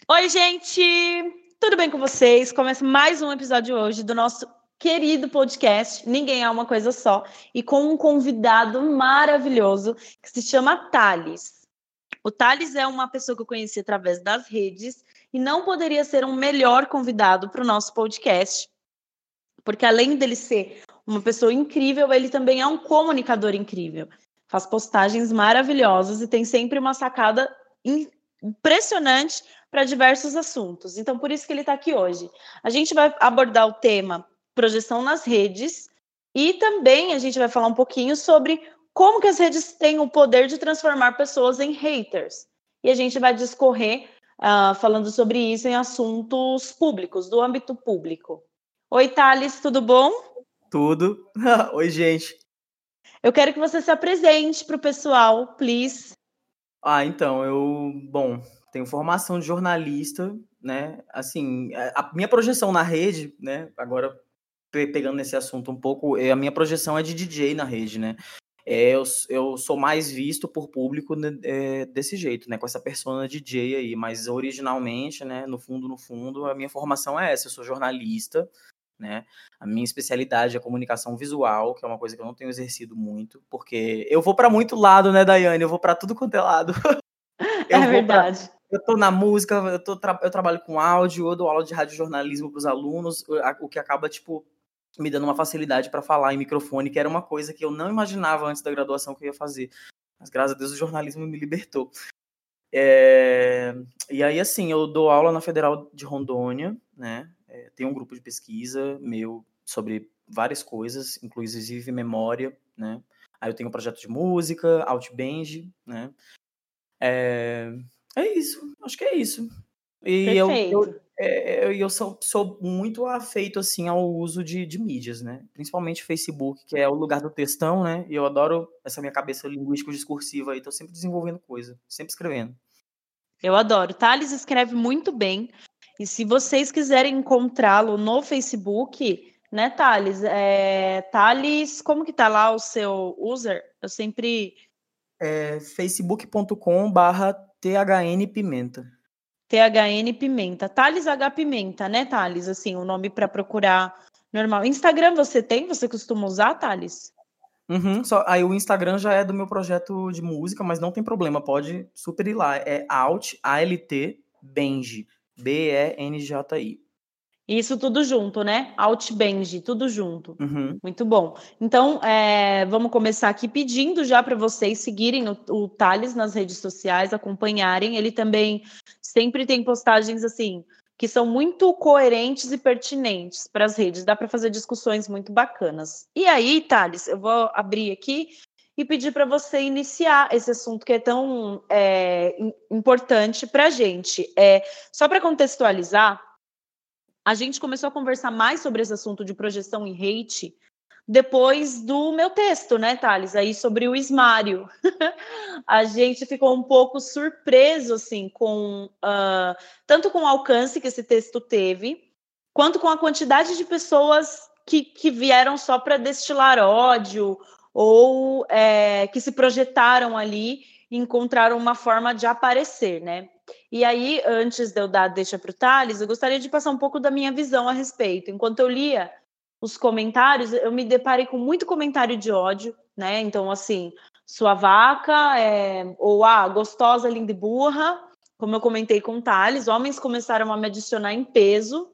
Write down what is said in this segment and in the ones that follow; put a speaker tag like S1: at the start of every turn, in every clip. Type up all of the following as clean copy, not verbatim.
S1: Oi, gente! Tudo bem com vocês? Começa mais um episódio hoje do nosso querido podcast Ninguém é uma Coisa Só e com um convidado maravilhoso que se chama Thales. O Thales é uma pessoa que eu conheci através das redes e não poderia ser um melhor convidado para o nosso podcast, porque além dele ser uma pessoa incrível, ele também é um comunicador incrível. Faz postagens maravilhosas e tem sempre uma sacada impressionante para diversos assuntos. Então, por isso que ele está aqui hoje. A gente vai abordar o tema projeção nas redes e também a gente vai falar um pouquinho sobre como que as redes têm o poder de transformar pessoas em haters. E a gente vai discorrer falando sobre isso em assuntos públicos, do âmbito público. Oi, Thales, tudo bom?
S2: Tudo. Oi, gente.
S1: Eu quero que você se apresente para o pessoal, please.
S2: Então, tenho formação de jornalista, né? Assim, a minha projeção na rede, né? Agora, pegando nesse assunto um pouco, a minha projeção é de DJ na rede, né? Eu sou mais visto por público desse jeito, né? Com essa persona DJ aí, mas originalmente, né? No fundo, a minha formação é essa. Eu sou jornalista, né? A minha especialidade é comunicação visual, que é uma coisa que eu não tenho exercido muito, porque eu vou para muito lado, né, Daiane? Eu vou para tudo quanto é lado.
S1: Verdade.
S2: Eu tô na música, eu trabalho com áudio, eu dou aula de radiojornalismo para os alunos, o que acaba, tipo, me dando uma facilidade para falar em microfone, que era uma coisa que eu não imaginava antes da graduação que eu ia fazer. Mas, graças a Deus, o jornalismo me libertou. E aí, assim, eu dou aula na Federal de Rondônia, né? Tem um grupo de pesquisa meu sobre várias coisas, inclusive memória, né? Aí eu tenho um projeto de música, Outband, né? É isso, acho que é isso. E
S1: Perfeito.
S2: eu sou muito afeito, assim, ao uso de mídias, né? Principalmente Facebook, que é o lugar do textão, né? E eu adoro essa minha cabeça linguístico-discursiva aí, tô sempre desenvolvendo coisa, sempre escrevendo.
S1: Eu adoro. Thales escreve muito bem. E se vocês quiserem encontrá-lo no Facebook, né, Thales? Thales, como que tá lá o seu user? Eu sempre...
S2: facebook.com/THNPimenta.
S1: THN Pimenta. Thales H Pimenta, né, Thales? Assim, o nome para procurar normal. Instagram você tem? Você costuma usar, Thales?
S2: Aí o Instagram já é do meu projeto de música, mas não tem problema, pode super ir lá. É ALT Benji, BENJI.
S1: Isso tudo junto, né? Outband, tudo junto.
S2: Uhum.
S1: Muito bom. Então, vamos começar aqui pedindo já para vocês seguirem o Thales nas redes sociais, acompanharem. Ele também sempre tem postagens assim que são muito coerentes e pertinentes para as redes. Dá para fazer discussões muito bacanas. E aí, Thales, eu vou abrir aqui e pedir para você iniciar esse assunto que é tão importante para a gente. Só para contextualizar, a gente começou a conversar mais sobre esse assunto de projeção e hate depois do meu texto, né, Thales? Aí sobre o Ismário. A gente ficou um pouco surpreso, assim, com tanto com o alcance que esse texto teve, quanto com a quantidade de pessoas que vieram só para destilar ódio ou que se projetaram ali e encontraram uma forma de aparecer, né? E aí, antes de eu dar a deixa para o Thales, eu gostaria de passar um pouco da minha visão a respeito. Enquanto eu lia os comentários, eu me deparei com muito comentário de ódio, né? Então, assim, sua vaca, ou gostosa, linda e burra, como eu comentei com o Thales, homens começaram a me adicionar em peso.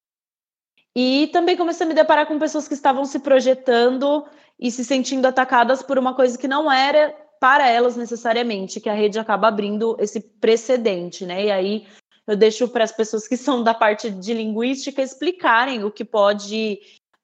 S1: E também comecei a me deparar com pessoas que estavam se projetando e se sentindo atacadas por uma coisa que não era para elas necessariamente, que a rede acaba abrindo esse precedente, né? E aí eu deixo para as pessoas que são da parte de linguística explicarem o que pode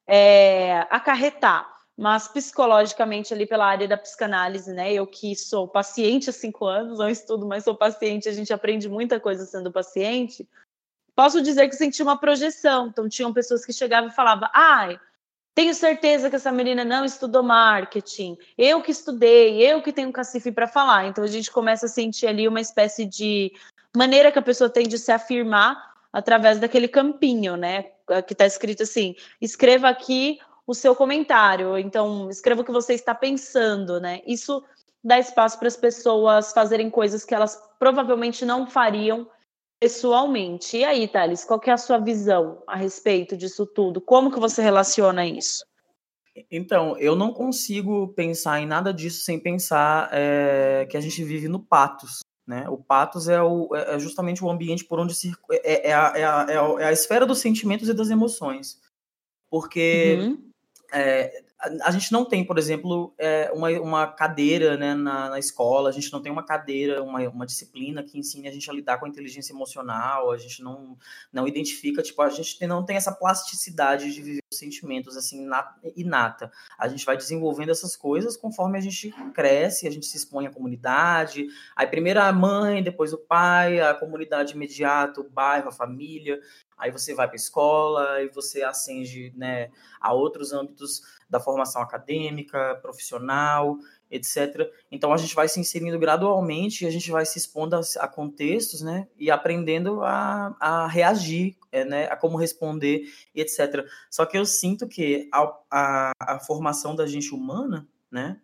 S1: acarretar, mas psicologicamente ali pela área da psicanálise, né? Eu que sou paciente há 5 anos, não estudo, mas sou paciente, a gente aprende muita coisa sendo paciente. Posso dizer que senti uma projeção. Então, tinham pessoas que chegavam e falavam: tenho certeza que essa menina não estudou marketing. Eu que estudei, eu que tenho cacife para falar. Então, a gente começa a sentir ali uma espécie de maneira que a pessoa tem de se afirmar através daquele campinho, né? Que está escrito assim: escreva aqui o seu comentário. Então, escreva o que você está pensando, né? Isso dá espaço para as pessoas fazerem coisas que elas provavelmente não fariam pessoalmente. E aí, Thales, qual que é a sua visão a respeito disso tudo? Como que você relaciona isso?
S2: Então, eu não consigo pensar em nada disso sem pensar que a gente vive no patos, né? O patos é justamente o ambiente por onde é a esfera dos sentimentos e das emoções. Porque a gente não tem, por exemplo, uma cadeira, né, na escola, a gente não tem uma cadeira, uma disciplina que ensine a gente a lidar com a inteligência emocional, a gente não identifica, tipo, a gente não tem essa plasticidade de viver os sentimentos, assim, inata. A gente vai desenvolvendo essas coisas conforme a gente cresce, a gente se expõe à comunidade, aí primeiro a mãe, depois o pai, a comunidade imediata, o bairro, a família, aí você vai para a escola, e você ascende, né, a outros âmbitos da formação acadêmica, profissional, etc. Então a gente vai se inserindo gradualmente e a gente vai se expondo a contextos, né, e aprendendo a reagir, né, a como responder, etc. Só que eu sinto que a formação da gente humana, né,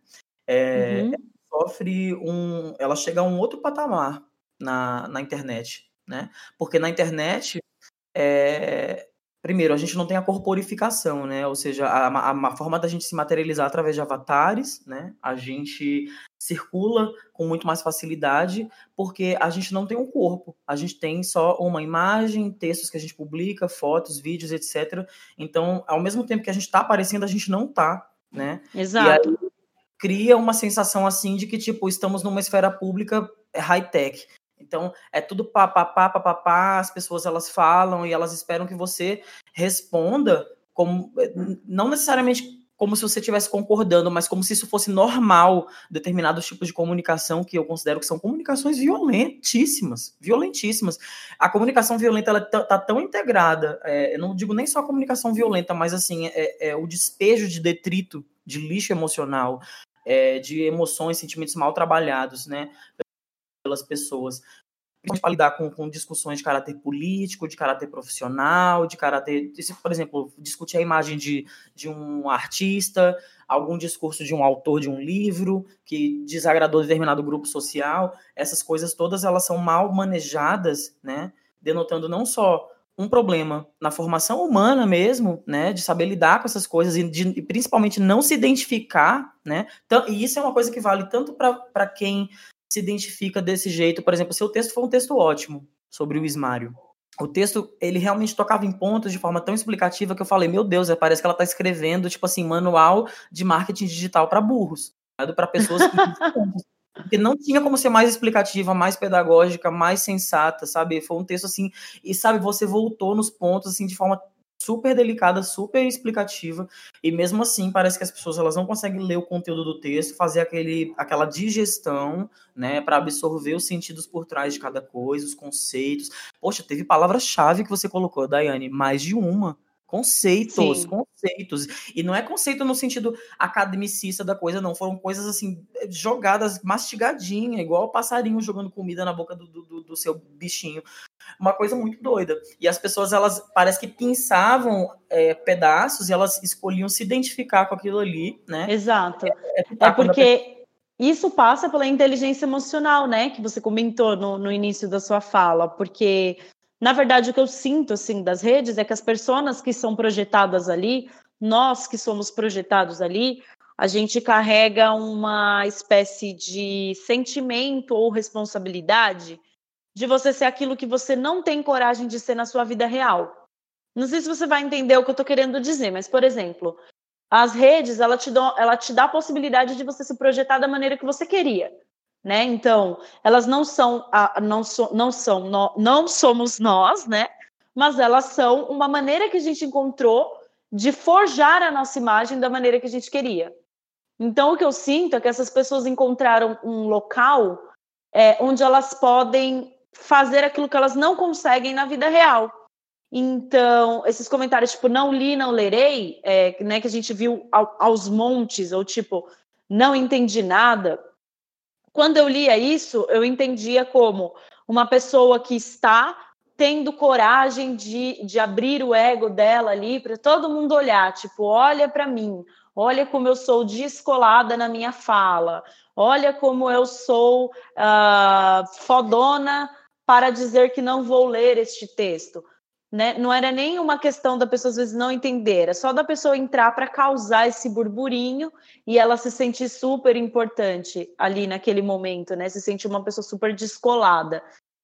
S2: ela chega a um outro patamar na internet, né? Porque na internet primeiro, a gente não tem a corporificação, né? Ou seja, a forma da gente se materializar através de avatares, né? A gente circula com muito mais facilidade porque a gente não tem um corpo. A gente tem só uma imagem, textos que a gente publica, fotos, vídeos, etc. Então, ao mesmo tempo que a gente está aparecendo, a gente não está, né?
S1: Exato.
S2: E aí cria uma sensação assim de que, tipo, estamos numa esfera pública high-tech. Então, é tudo papapá, as pessoas elas falam e elas esperam que você responda como, não necessariamente como se você estivesse concordando, mas como se isso fosse normal, determinados tipos de comunicação que eu considero que são comunicações violentíssimas, violentíssimas. A comunicação violenta, ela tá tão integrada, eu não digo nem só a comunicação violenta, mas assim, o despejo de detrito, de lixo emocional, de emoções, sentimentos mal trabalhados, né, pelas pessoas, para lidar com discussões de caráter político, de caráter profissional, de caráter, por exemplo, discutir a imagem de um artista, algum discurso de um autor de um livro que desagradou determinado grupo social, essas coisas todas elas são mal manejadas, né, denotando não só um problema na formação humana mesmo, né, de saber lidar com essas coisas e principalmente não se identificar, né, e isso é uma coisa que vale tanto para quem se identifica desse jeito. Por exemplo, seu texto foi um texto ótimo sobre o Ismário. O texto, ele realmente tocava em pontos de forma tão explicativa que eu falei, meu Deus, parece que ela está escrevendo, tipo assim, manual de marketing digital para burros, para pessoas porque não tinha como ser mais explicativa, mais pedagógica, mais sensata, sabe? Foi um texto assim, e sabe, você voltou nos pontos assim de forma super delicada, super explicativa, e mesmo assim parece que as pessoas elas não conseguem ler o conteúdo do texto, fazer aquela digestão, né, para absorver os sentidos por trás de cada coisa, os conceitos. Poxa, teve palavra-chave que você colocou, Daiane, mais de uma. Conceitos. E não é conceito no sentido academicista da coisa, não. Foram coisas assim, jogadas, mastigadinha, igual o passarinho jogando comida na boca do seu bichinho. Uma coisa muito doida. E as pessoas, elas parece que pinçavam pedaços e elas escolhiam se identificar com aquilo ali, né?
S1: Exato. Porque isso passa pela inteligência emocional, né? Que você comentou no início da sua fala. Porque, na verdade, o que eu sinto, assim, das redes é que as pessoas que são projetadas ali, nós que somos projetados ali, a gente carrega uma espécie de sentimento ou responsabilidade de você ser aquilo que você não tem coragem de ser na sua vida real. Não sei se você vai entender o que eu estou querendo dizer, mas, por exemplo, as redes, ela te dá a possibilidade de você se projetar da maneira que você queria, né? Então, elas não somos nós, né? Mas elas são uma maneira que a gente encontrou de forjar a nossa imagem da maneira que a gente queria. Então, o que eu sinto é que essas pessoas encontraram um local onde elas podem fazer aquilo que elas não conseguem na vida real. Então, esses comentários, tipo, não li, não lerei, né, que a gente viu aos montes, ou tipo, não entendi nada. Quando eu lia isso, eu entendia como uma pessoa que está tendo coragem de abrir o ego dela ali para todo mundo olhar, tipo, olha para mim, olha como eu sou descolada na minha fala, olha como eu sou fodona para dizer que não vou ler este texto. Né? Não era nem uma questão da pessoa às vezes não entender, era só da pessoa entrar para causar esse burburinho e ela se sentir super importante ali naquele momento, né? Se sentir uma pessoa super descolada.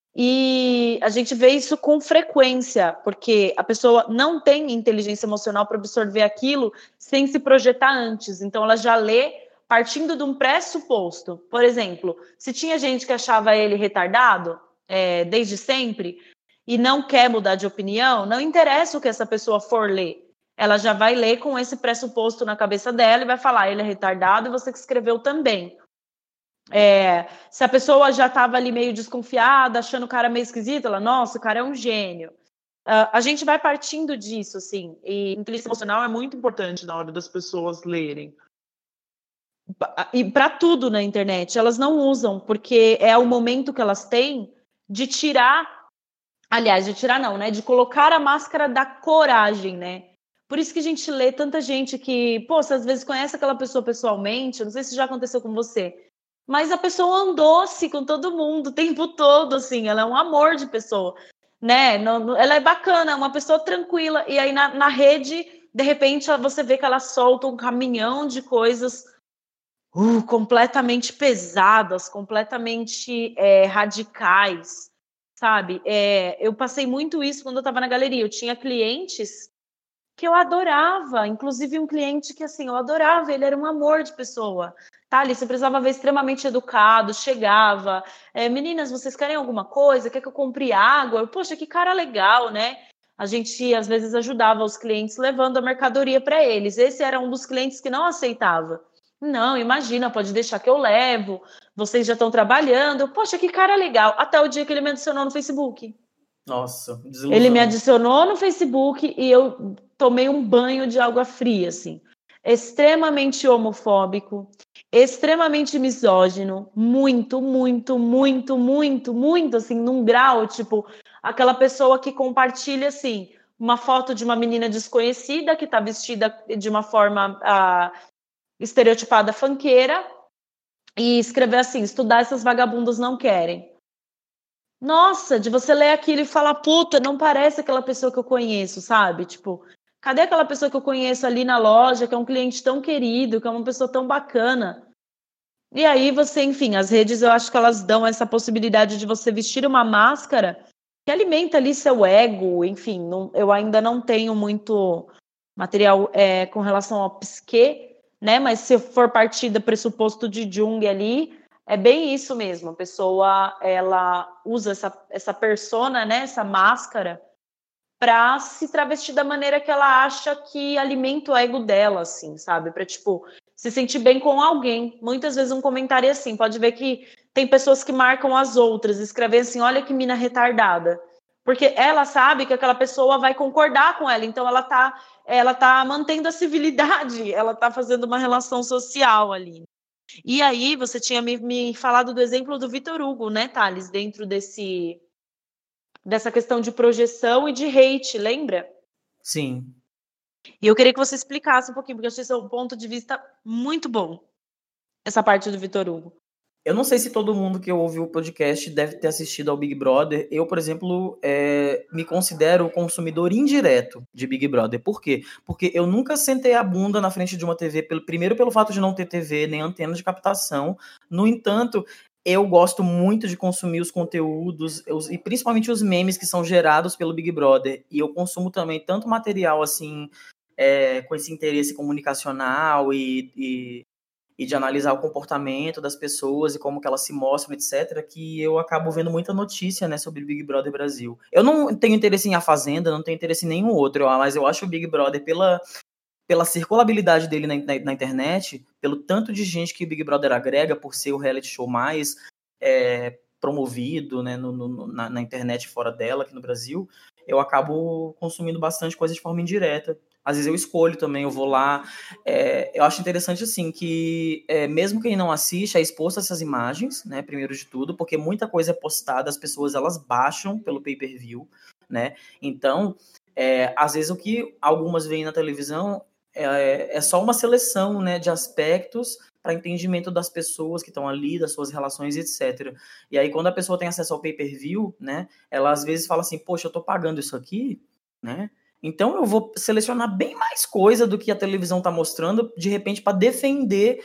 S1: E a gente vê isso com frequência, porque a pessoa não tem inteligência emocional para absorver aquilo sem se projetar antes. Então ela já lê partindo de um pressuposto. Por exemplo, se tinha gente que achava ele retardado, desde sempre, e não quer mudar de opinião, não interessa o que essa pessoa for ler. Ela já vai ler com esse pressuposto na cabeça dela e vai falar, ele é retardado e você que escreveu também. Se a pessoa já estava ali meio desconfiada, achando o cara meio esquisito, ela, nossa, o cara é um gênio. A gente vai partindo disso, assim, e inteligência emocional é muito importante na hora das pessoas lerem. E para tudo na internet, elas não usam, porque é o momento que elas têm de tirar, aliás, de tirar não, né? De colocar a máscara da coragem, né? Por isso que a gente lê tanta gente que, pô, você às vezes conhece aquela pessoa pessoalmente, eu não sei se já aconteceu com você, mas a pessoa andou-se com todo mundo o tempo todo, assim, ela é um amor de pessoa, né? Ela é bacana, é uma pessoa tranquila, e aí na rede, de repente, você vê que ela solta um caminhão de coisas completamente pesadas, completamente radicais, sabe? Eu passei muito isso quando eu estava na galeria, eu tinha clientes que eu adorava, inclusive um cliente que, assim, eu adorava, ele era um amor de pessoa, tá? Ali, você precisava ver extremamente educado, chegava, meninas, vocês querem alguma coisa? Quer que eu compre água? Poxa, que cara legal, né? A gente, às vezes, ajudava os clientes levando a mercadoria para eles. Esse era um dos clientes que não aceitava. Não, imagina, pode deixar que eu levo, vocês já estão trabalhando. Poxa, que cara legal. Até o dia que ele me adicionou no Facebook.
S2: Nossa, desilusão.
S1: Ele me adicionou no Facebook e eu tomei um banho de água fria, assim. Extremamente homofóbico, extremamente misógino, muito, muito, muito, muito, muito, assim, num grau, tipo, aquela pessoa que compartilha, assim, uma foto de uma menina desconhecida que tá vestida de uma forma estereotipada funkeira e escrever assim, estudar essas vagabundas não querem. Nossa, de você ler aquilo e falar, puta, não parece aquela pessoa que eu conheço, sabe? Tipo, cadê aquela pessoa que eu conheço ali na loja, que é um cliente tão querido, que é uma pessoa tão bacana? E aí você, enfim, as redes eu acho que elas dão essa possibilidade de você vestir uma máscara que alimenta ali seu ego, enfim, eu ainda não tenho muito material com relação ao psique, né? Mas se for partir do pressuposto de Jung ali, é bem isso mesmo. A pessoa, ela usa essa persona, né? Essa máscara para se travestir da maneira que ela acha que alimenta o ego dela, assim, sabe? Para, tipo, se sentir bem com alguém. Muitas vezes um comentário é assim, pode ver que tem pessoas que marcam as outras, escrevem assim, olha que mina retardada. Porque ela sabe que aquela pessoa vai concordar com ela, então ela tá mantendo a civilidade, ela tá fazendo uma relação social ali. E aí, você tinha me falado do exemplo do Vitor Hugo, né, Thales, dentro dessa questão de projeção e de hate, lembra?
S2: Sim.
S1: E eu queria que você explicasse um pouquinho, porque eu achei seu ponto de vista muito bom, essa parte do Vitor Hugo.
S2: Eu não sei se todo mundo que ouve o podcast deve ter assistido ao Big Brother. Eu, por exemplo, me considero consumidor indireto de Big Brother. Por quê? Porque eu nunca sentei a bunda na frente de uma TV, primeiro pelo fato de não ter TV nem antena de captação. No entanto, eu gosto muito de consumir os conteúdos e principalmente os memes que são gerados pelo Big Brother. E eu consumo também tanto material assim, com esse interesse comunicacional e de analisar o comportamento das pessoas e como que elas se mostram, etc., que eu acabo vendo muita notícia, né, sobre Big Brother Brasil. Eu não tenho interesse em A Fazenda, não tenho interesse em nenhum outro, mas eu acho o Big Brother, pela circulabilidade dele na internet, pelo tanto de gente que o Big Brother agrega, por ser o reality show mais promovido, né, na internet fora dela, aqui no Brasil, eu acabo consumindo bastante coisa de forma indireta. Às vezes eu escolho também, eu vou lá. Eu acho interessante, assim, que mesmo quem não assiste é exposto a essas imagens, né, primeiro de tudo, porque muita coisa é postada, as pessoas, elas baixam pelo pay-per-view, né, então, às vezes o que algumas veem na televisão é só uma seleção, né, de aspectos para entendimento das pessoas que estão ali, das suas relações, etc. E aí, quando a pessoa tem acesso ao pay-per-view, né, ela às vezes fala assim, poxa, eu tô pagando isso aqui, né? Então eu vou selecionar bem mais coisa do que a televisão está mostrando, de repente, para defender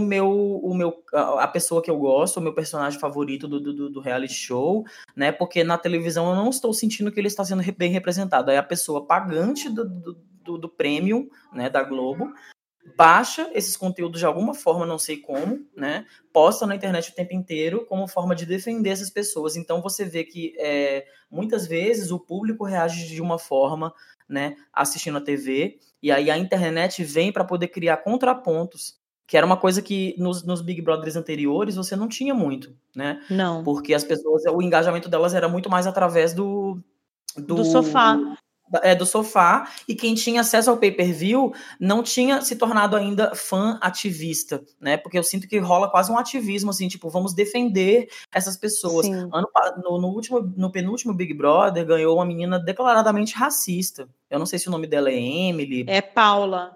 S2: a pessoa que eu gosto, o meu personagem favorito do reality show, né? Porque na televisão eu não estou sentindo que ele está sendo bem representado. Aí a pessoa pagante do premium, né, da Globo, baixa esses conteúdos de alguma forma, não sei como, né? Posta na internet o tempo inteiro como forma de defender essas pessoas. Então você vê que muitas vezes o público reage de uma forma, né, assistindo a TV, e aí a internet vem para poder criar contrapontos, que era uma coisa que nos Big Brothers anteriores você não tinha muito, né?
S1: Não.
S2: Porque as pessoas, o engajamento delas era muito mais através
S1: do sofá.
S2: Do sofá, e quem tinha acesso ao pay-per-view não tinha se tornado ainda fã ativista, né? Porque eu sinto que rola quase um ativismo, assim, tipo, vamos defender essas pessoas. No penúltimo Big Brother, ganhou uma menina declaradamente racista. Eu não sei se o nome dela é Emily.
S1: É Paula.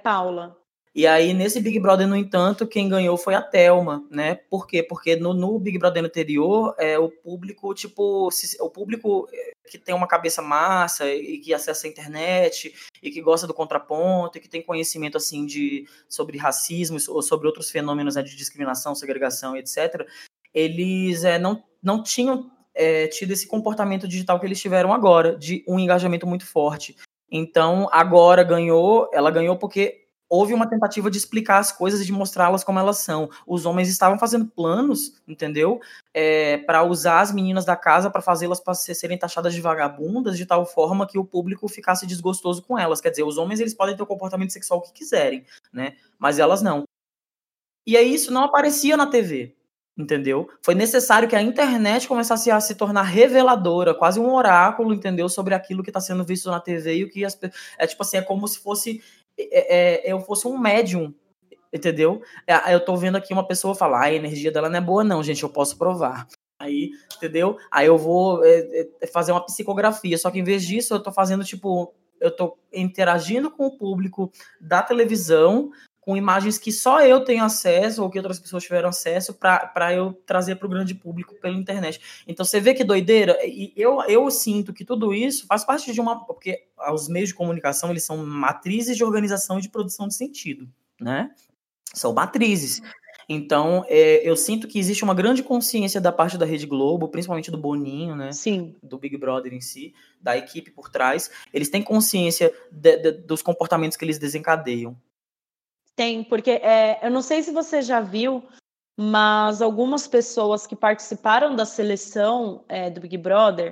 S2: E aí, nesse Big Brother, no entanto, quem ganhou foi a Thelma, né? Por quê? Porque no Big Brother anterior, o público, o público que tem uma cabeça massa e que acessa a internet e que gosta do contraponto e que tem conhecimento, assim, sobre racismo ou sobre outros fenômenos, né, de discriminação, segregação, etc., eles não tinham tido esse comportamento digital que eles tiveram agora, de um engajamento muito forte. Então, agora ela ganhou porque houve uma tentativa de explicar as coisas e de mostrá-las como elas são. Os homens estavam fazendo planos, entendeu? Para usar as meninas da casa para fazê-las para serem taxadas de vagabundas, de tal forma que o público ficasse desgostoso com elas. Quer dizer, os homens eles podem ter o comportamento sexual que quiserem, né? Mas elas não. E aí isso não aparecia na TV. Entendeu? Foi necessário que a internet começasse a se tornar reveladora, quase um oráculo, entendeu? Sobre aquilo que está sendo visto na TV e o que tipo assim, é como se fosse eu fosse um médium, entendeu? Eu tô vendo aqui uma pessoa falar, a energia dela não é boa não, gente, eu posso provar. Aí, entendeu? Aí eu vou fazer uma psicografia, só que em vez disso eu tô fazendo, tipo, eu tô interagindo com o público da televisão, com imagens que só eu tenho acesso ou que outras pessoas tiveram acesso para eu trazer para o grande público pela internet. Então você vê que doideira, e eu sinto que tudo isso faz parte de porque os meios de comunicação eles são matrizes de organização e de produção de sentido, né? São matrizes. Então, eu sinto que existe uma grande consciência da parte da Rede Globo, principalmente do Boninho, né?
S1: Sim.
S2: Do Big Brother em si, da equipe por trás. Eles têm consciência dos comportamentos que eles desencadeiam.
S1: Tem, porque eu não sei se você já viu, mas algumas pessoas que participaram da seleção do Big Brother,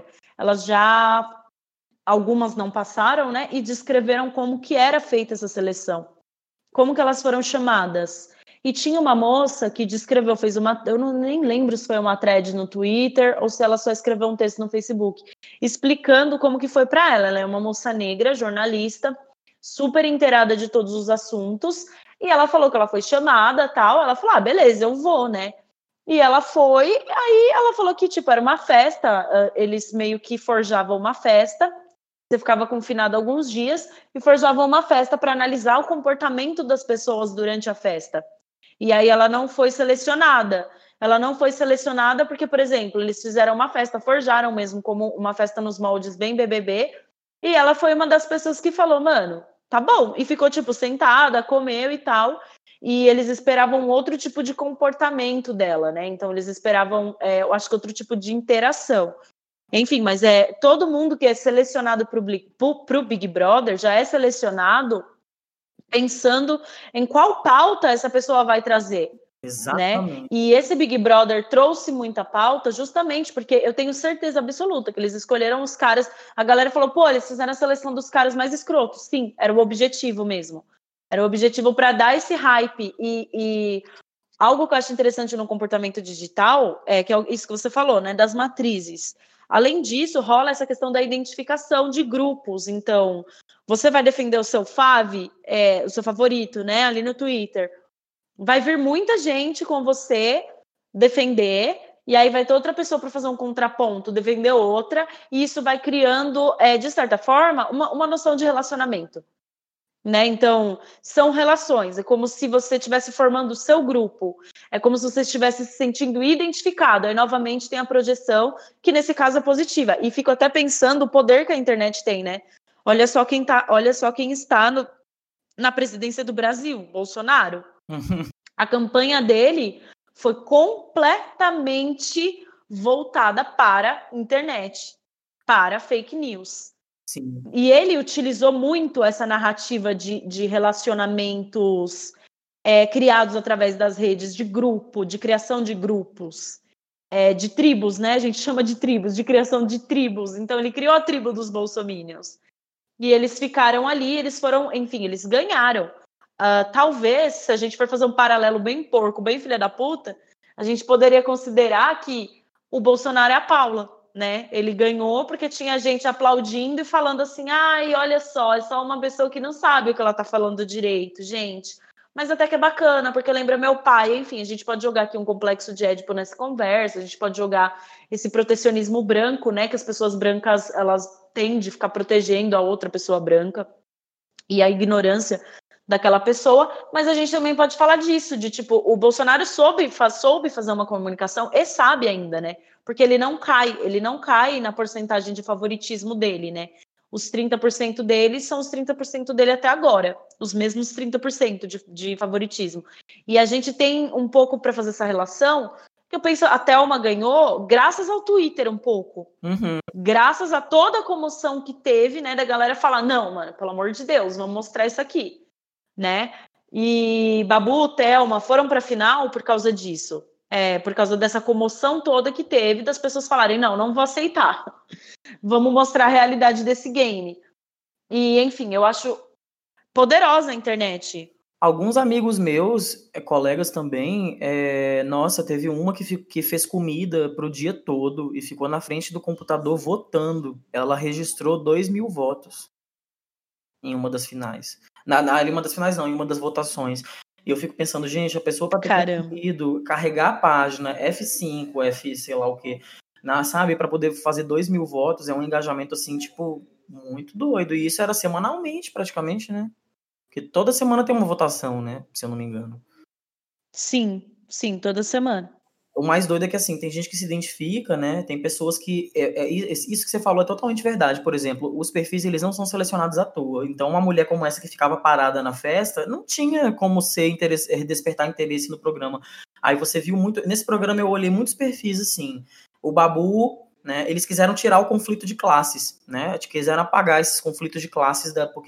S1: algumas não passaram, né? E descreveram como que era feita essa seleção, como que elas foram chamadas. E tinha uma moça que descreveu, eu nem lembro se foi uma thread no Twitter ou se ela só escreveu um texto no Facebook, explicando como que foi para ela. Ela é uma moça negra, jornalista, super inteirada de todos os assuntos, e ela falou que ela foi chamada, tal, ela falou, beleza, eu vou, né? E ela foi, aí ela falou que, tipo, era uma festa, eles meio que forjavam uma festa, você ficava confinado alguns dias e forjavam uma festa para analisar o comportamento das pessoas durante a festa. E aí ela não foi selecionada. Ela não foi selecionada porque, por exemplo, eles fizeram uma festa, forjaram mesmo como uma festa nos moldes bem BBB, e ela foi uma das pessoas que falou, mano, tá bom. E ficou, tipo, sentada, comeu e tal. E eles esperavam outro tipo de comportamento dela, né? Então eles esperavam, eu acho que outro tipo de interação. Enfim, mas todo mundo que é selecionado para o Big Brother já é selecionado pensando em qual pauta essa pessoa vai trazer.
S2: Exatamente.
S1: Né? E esse Big Brother trouxe muita pauta justamente porque eu tenho certeza absoluta que eles escolheram os caras. A galera falou, pô, eles fizeram a seleção dos caras mais escrotos. Sim, era o objetivo mesmo. Era o objetivo para dar esse hype. E algo que eu acho interessante no comportamento digital que é isso que você falou, né? Das matrizes. Além disso, rola essa questão da identificação de grupos. Então, você vai defender o seu o seu favorito, né? Ali no Twitter. Vai vir muita gente com você defender, e aí vai ter outra pessoa para fazer um contraponto, defender outra, e isso vai criando, de certa forma, uma noção de relacionamento. né? Então, são relações. É como se você estivesse formando o seu grupo. É como se você estivesse se sentindo identificado. Aí, novamente, tem a projeção, que nesse caso é positiva. E fico até pensando o poder que a internet tem, né? Olha só quem está na presidência do Brasil, Bolsonaro. A campanha dele foi completamente voltada para internet, para fake news.
S2: Sim.
S1: E ele utilizou muito essa narrativa de relacionamentos criados através das redes, de grupo, de criação de grupos, de tribos, né? A gente chama de tribos, de criação de tribos. Então, ele criou a tribo dos bolsominions. E eles ficaram ali, eles foram, enfim, eles ganharam. Talvez, se a gente for fazer um paralelo bem porco, bem filha da puta, a gente poderia considerar que o Bolsonaro é a Paula, né? Ele ganhou porque tinha gente aplaudindo e falando assim, ai, olha só, é só uma pessoa que não sabe o que ela tá falando direito, gente. Mas até que é bacana, porque lembra meu pai. Enfim, a gente pode jogar aqui um complexo de Édipo nessa conversa, a gente pode jogar esse protecionismo branco, né, que as pessoas brancas, elas têm de ficar protegendo a outra pessoa branca e a ignorância daquela pessoa, mas a gente também pode falar disso, de tipo, o Bolsonaro soube fazer uma comunicação e sabe ainda, né? Porque ele não cai na porcentagem de favoritismo dele, né? Os 30% dele são os 30% dele até agora, os mesmos 30% de favoritismo. E a gente tem um pouco para fazer essa relação, que eu penso, a Thelma ganhou graças ao Twitter um pouco. Graças a toda a comoção que teve, né, da galera falar, não, mano, pelo amor de Deus, vamos mostrar isso aqui, né? E Babu, Thelma foram para a final por causa disso, por causa dessa comoção toda que teve das pessoas falarem, não vou aceitar, vamos mostrar a realidade desse game. E, enfim, eu acho poderosa a internet.
S2: Alguns amigos meus, colegas também, nossa, teve uma que fez comida pro dia todo e ficou na frente do computador votando. Ela registrou 2.000 votos em uma das finais. Em uma das finais não, em uma das votações. E eu fico pensando, gente, a pessoa para ter conseguido carregar a página F5, F sei lá o quê, sabe, para poder fazer 2.000 votos, é um engajamento assim, tipo, muito doido. E isso era semanalmente, praticamente, né? Porque toda semana tem uma votação, né? Se eu não me engano.
S1: Sim, toda semana.
S2: O mais doido é que, assim, tem gente que se identifica, né? Tem pessoas que... isso que você falou é totalmente verdade. Por exemplo, os perfis, eles não são selecionados à toa. Então, uma mulher como essa que ficava parada na festa, não tinha como despertar interesse no programa. Aí você viu muito... Nesse programa eu olhei muitos perfis, assim. O Babu... Né, eles quiseram tirar o conflito de classes, né? Quiseram apagar esses conflitos de classes, porque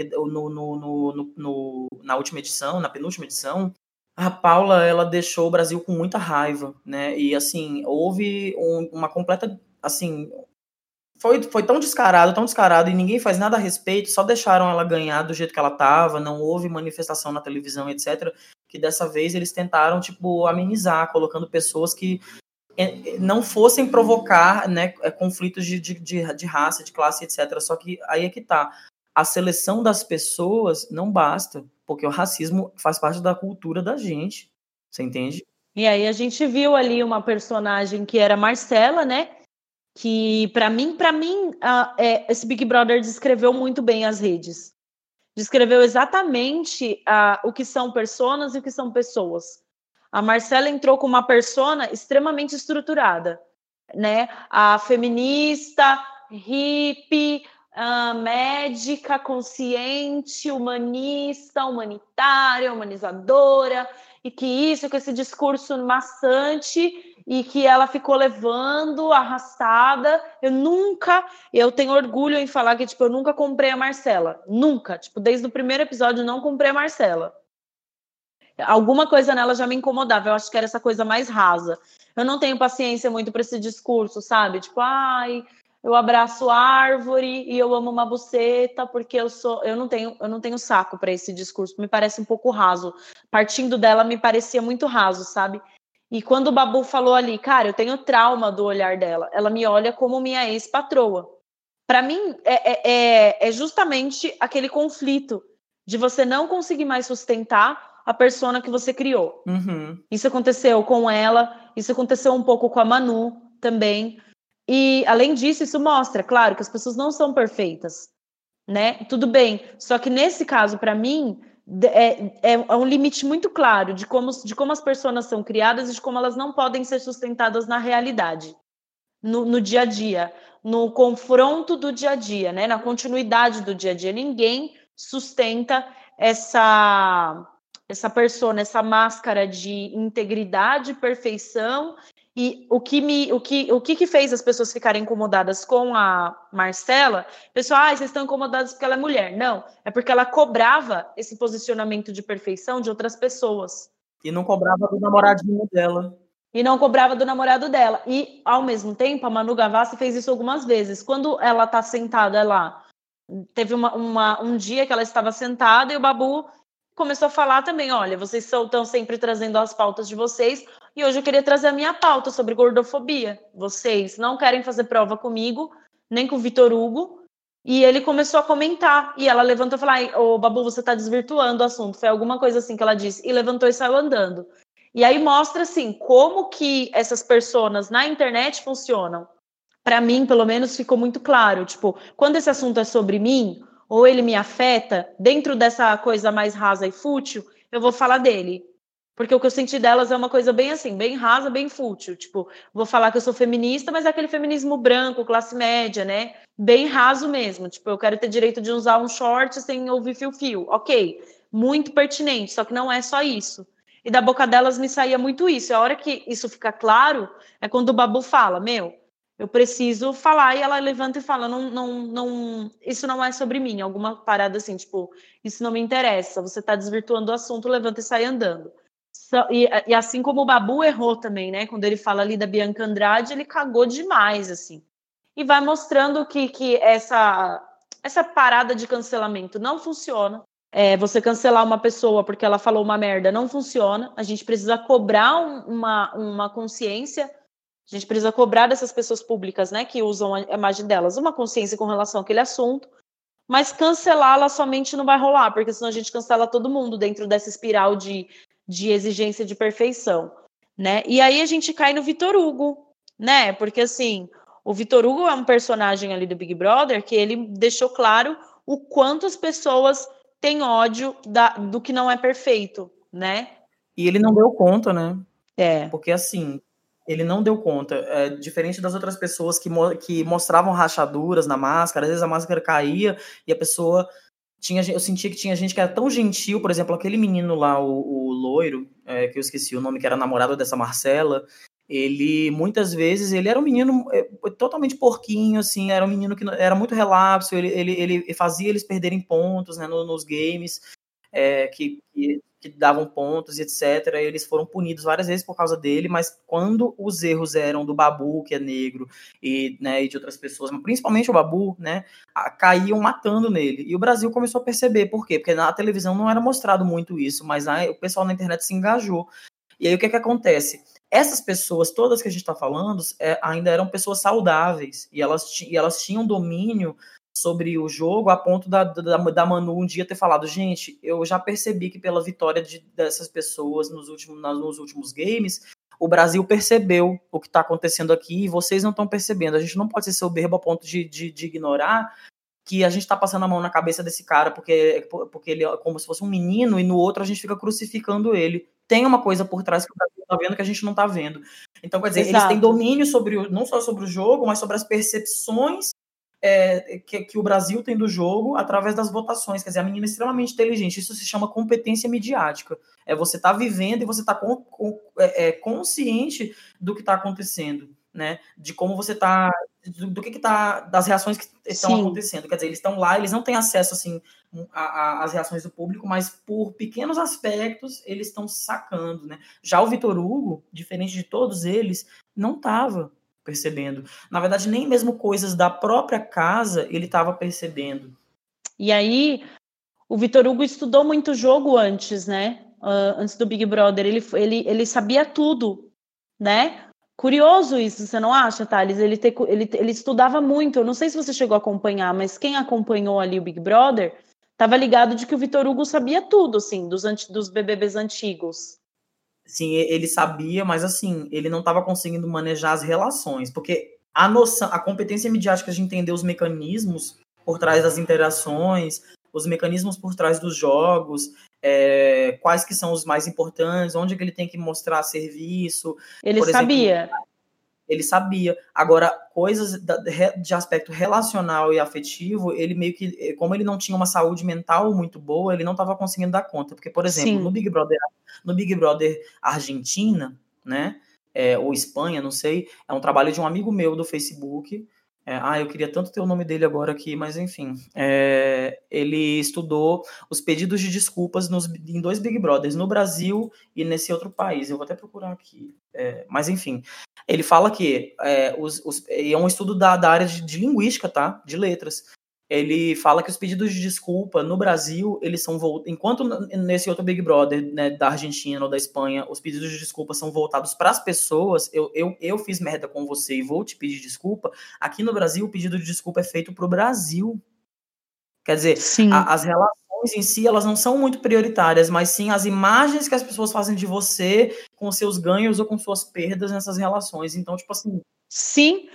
S2: na última edição, na penúltima edição, a Paula, ela deixou o Brasil com muita raiva, né? E, assim, houve uma completa, assim, foi tão descarado, e ninguém faz nada a respeito, só deixaram ela ganhar do jeito que ela tava, não houve manifestação na televisão, etc., que dessa vez eles tentaram, tipo, amenizar, colocando pessoas que não fossem provocar, né, conflitos de raça, de classe, etc. Só que aí é que tá. A seleção das pessoas não basta, porque o racismo faz parte da cultura da gente. Você entende?
S1: E aí a gente viu ali uma personagem que era Marcela, né? Que para mim, esse Big Brother descreveu muito bem as redes. Descreveu exatamente o que são personas e o que são pessoas. A Marcela entrou com uma persona extremamente estruturada, né? A feminista, hippie, médica, consciente, humanista, humanitária, humanizadora, e que com esse discurso maçante e que ela ficou levando, arrastada. Eu tenho orgulho em falar que, tipo, eu nunca comprei a Marcela. Nunca. Tipo, desde o primeiro episódio, eu não comprei a Marcela. Alguma coisa nela já me incomodava. Eu acho que era essa coisa mais rasa. Eu não tenho paciência muito para esse discurso, sabe? Tipo, eu abraço árvore e eu amo uma buceta porque eu não tenho saco para esse discurso. Me parece um pouco raso. Partindo dela, me parecia muito raso, sabe? E quando o Babu falou ali, cara, eu tenho trauma do olhar dela. Ela me olha como minha ex-patroa. Para mim, é justamente aquele conflito de você não conseguir mais sustentar a persona que você criou.
S2: Uhum.
S1: Isso aconteceu com ela, isso aconteceu um pouco com a Manu também. E, além disso, isso mostra, claro, que as pessoas não são perfeitas. né? Tudo bem. Só que nesse caso, para mim, é um limite muito claro de como as pessoas são criadas e de como elas não podem ser sustentadas na realidade, no dia a dia, no confronto do dia a dia, né? Na continuidade do dia a dia. Ninguém sustenta essa persona, essa máscara de integridade, perfeição. E o que fez as pessoas ficarem incomodadas com a Marcela? Pessoal, vocês estão incomodadas porque ela é mulher. Não, é porque ela cobrava esse posicionamento de perfeição de outras pessoas.
S2: E não cobrava do namoradinho dela.
S1: E não cobrava do namorado dela. E, ao mesmo tempo, a Manu Gavassi fez isso algumas vezes. Quando ela tá sentada lá, teve um dia que ela estava sentada e o Babu começou a falar também, olha, vocês estão sempre trazendo as pautas de vocês e hoje eu queria trazer a minha pauta sobre gordofobia. Vocês não querem fazer prova comigo, nem com o Vitor Hugo. E ele começou a comentar. E ela levantou e falou, ô Babu, você está desvirtuando o assunto. Foi alguma coisa assim que ela disse. E levantou e saiu andando. E aí mostra, assim, como que essas personas na internet funcionam. Para mim, pelo menos, ficou muito claro. Tipo, quando esse assunto é sobre mim, ou ele me afeta, dentro dessa coisa mais rasa e fútil, eu vou falar dele. Porque o que eu senti delas é uma coisa bem assim, bem rasa, bem fútil. Tipo, vou falar que eu sou feminista, mas é aquele feminismo branco, classe média, né? Bem raso mesmo. Tipo, eu quero ter direito de usar um short sem ouvir fio-fio. Ok, muito pertinente, só que não é só isso. E da boca delas me saía muito isso. E a hora que isso fica claro é quando o Babu fala, eu preciso falar, e ela levanta e fala, não, isso não é sobre mim, alguma parada assim, tipo, isso não me interessa, você tá desvirtuando o assunto, levanta e sai andando. E assim como o Babu errou também, né, quando ele fala ali da Bianca Andrade, ele cagou demais, assim. E vai mostrando que essa parada de cancelamento não funciona. Você cancelar uma pessoa porque ela falou uma merda não funciona. A gente precisa cobrar uma consciência. A gente precisa cobrar dessas pessoas públicas, né, que usam a imagem delas, uma consciência com relação àquele assunto, mas cancelá-la somente não vai rolar, porque senão a gente cancela todo mundo dentro dessa espiral de exigência de perfeição, né? E aí a gente cai no Vitor Hugo, né? Porque, assim, o Vitor Hugo é um personagem ali do Big Brother que ele deixou claro o quanto as pessoas têm ódio do que não é perfeito, né?
S2: E ele não deu conta, né?
S1: É.
S2: Porque, assim, ele não deu conta. Diferente das outras pessoas que mostravam rachaduras na máscara, às vezes a máscara caía e a pessoa eu sentia que tinha gente que era tão gentil, por exemplo, aquele menino lá, o loiro, que eu esqueci o nome, que era namorado dessa Marcela, ele, muitas vezes, ele era um menino totalmente porquinho, assim, era um menino que era muito relapso, ele fazia eles perderem pontos, né, nos games, que davam pontos, etc. Eles foram punidos várias vezes por causa dele, mas quando os erros eram do Babu, que é negro, e de outras pessoas, mas principalmente o Babu, né, caíam matando nele. E o Brasil começou a perceber. Por quê? Porque na televisão não era mostrado muito isso, mas o pessoal na internet se engajou. E aí o que acontece? Essas pessoas todas que a gente está falando ainda eram pessoas saudáveis, e elas tinham domínio sobre o jogo, a ponto da Manu um dia ter falado, gente, eu já percebi que pela vitória dessas pessoas nos últimos games, o Brasil percebeu o que está acontecendo aqui e vocês não estão percebendo. A gente não pode ser soberbo a ponto de ignorar que a gente está passando a mão na cabeça desse cara porque ele é como se fosse um menino e no outro a gente fica crucificando ele. Tem uma coisa por trás que o Brasil está vendo que a gente não está vendo. Então, quer dizer,
S1: Exato.
S2: Eles têm domínio não só sobre o jogo, mas sobre as percepções que o Brasil tem do jogo através das votações. Quer dizer, a menina é extremamente inteligente. Isso se chama competência midiática. Você tá vivendo e você tá consciente do que está acontecendo, né? De como você tá, do que tá, das reações que estão acontecendo. Quer dizer, eles estão lá, eles não têm acesso assim às reações do público, mas por pequenos aspectos eles estão sacando, né? Já o Vitor Hugo, diferente de todos eles, não estava percebendo. Na verdade, nem mesmo coisas da própria casa ele estava percebendo.
S1: E aí, o Vitor Hugo estudou muito jogo antes, né? Antes do Big Brother. Ele sabia tudo, né? Curioso isso, você não acha, Thales? Ele estudava muito. Eu não sei se você chegou a acompanhar, mas quem acompanhou ali o Big Brother estava ligado de que o Vitor Hugo sabia tudo, assim, dos BBBs antigos.
S2: Sim, ele sabia, mas assim, ele não estava conseguindo manejar as relações, porque a competência midiática de entender os mecanismos por trás das interações, os mecanismos por trás dos jogos, quais que são os mais importantes, onde é que ele tem que mostrar serviço.
S1: Ele
S2: por
S1: sabia.
S2: Exemplo, ele sabia. Agora, coisas de aspecto relacional e afetivo, ele meio que, como ele não tinha uma saúde mental muito boa, ele não estava conseguindo dar conta. Porque, por exemplo, no Big Brother Argentina, né, ou Espanha, não sei, é um trabalho de um amigo meu do Facebook. Eu queria tanto ter o nome dele agora aqui, mas enfim. Ele estudou os pedidos de desculpas em 2 Big Brothers, no Brasil e nesse outro país. Eu vou até procurar aqui. Mas enfim, ele fala que é um estudo da área de linguística, tá? De letras. Ele fala que os pedidos de desculpa no Brasil, eles são enquanto nesse outro Big Brother, né, da Argentina ou da Espanha, os pedidos de desculpa são voltados para as pessoas. Eu fiz merda com você e vou te pedir desculpa. Aqui no Brasil, o pedido de desculpa é feito para o Brasil. Quer dizer, as relações em si, elas não são muito prioritárias, mas sim as imagens que as pessoas fazem de você com seus ganhos ou com suas perdas nessas relações. Então, tipo assim...
S1: Sim,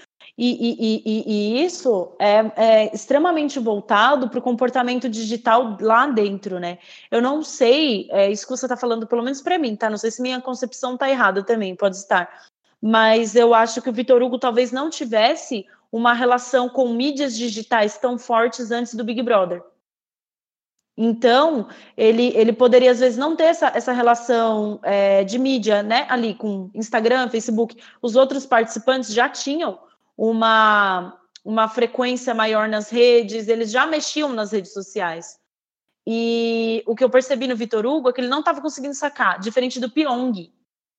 S1: e isso é extremamente voltado para o comportamento digital lá dentro, né? Eu não sei, isso que você está falando, pelo menos para mim, tá? Não sei se minha concepção está errada também, pode estar. Mas eu acho que o Vitor Hugo talvez não tivesse uma relação com mídias digitais tão fortes antes do Big Brother. Então, ele poderia, às vezes, não ter essa relação de mídia, né, ali com Instagram, Facebook. Os outros participantes já tinham uma frequência maior nas redes, eles já mexiam nas redes sociais. E o que eu percebi no Vitor Hugo é que ele não estava conseguindo sacar, diferente do Pyong.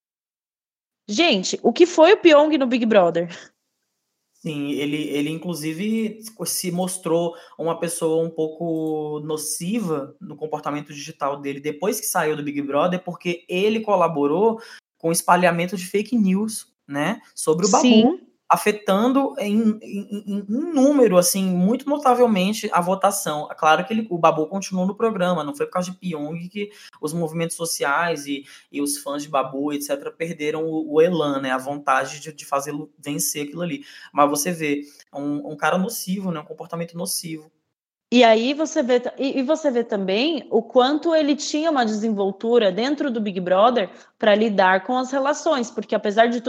S1: Gente, o que foi o Pyong no Big Brother?
S2: Sim, ele inclusive se mostrou uma pessoa um pouco nociva no comportamento digital dele depois que saiu do Big Brother, porque ele colaborou com o espalhamento de fake news, né, sobre o Babu.
S1: Sim.
S2: Afetando em número, assim, muito notavelmente a votação. É claro que o Babu continuou no programa, não foi por causa de Pyong que os movimentos sociais e os fãs de Babu, etc., perderam o elan, né, a vontade de fazer vencer aquilo ali. Mas você vê um cara nocivo, né, um comportamento nocivo.
S1: E aí você vê também o quanto ele tinha uma desenvoltura dentro do Big Brother para lidar com as relações, porque apesar de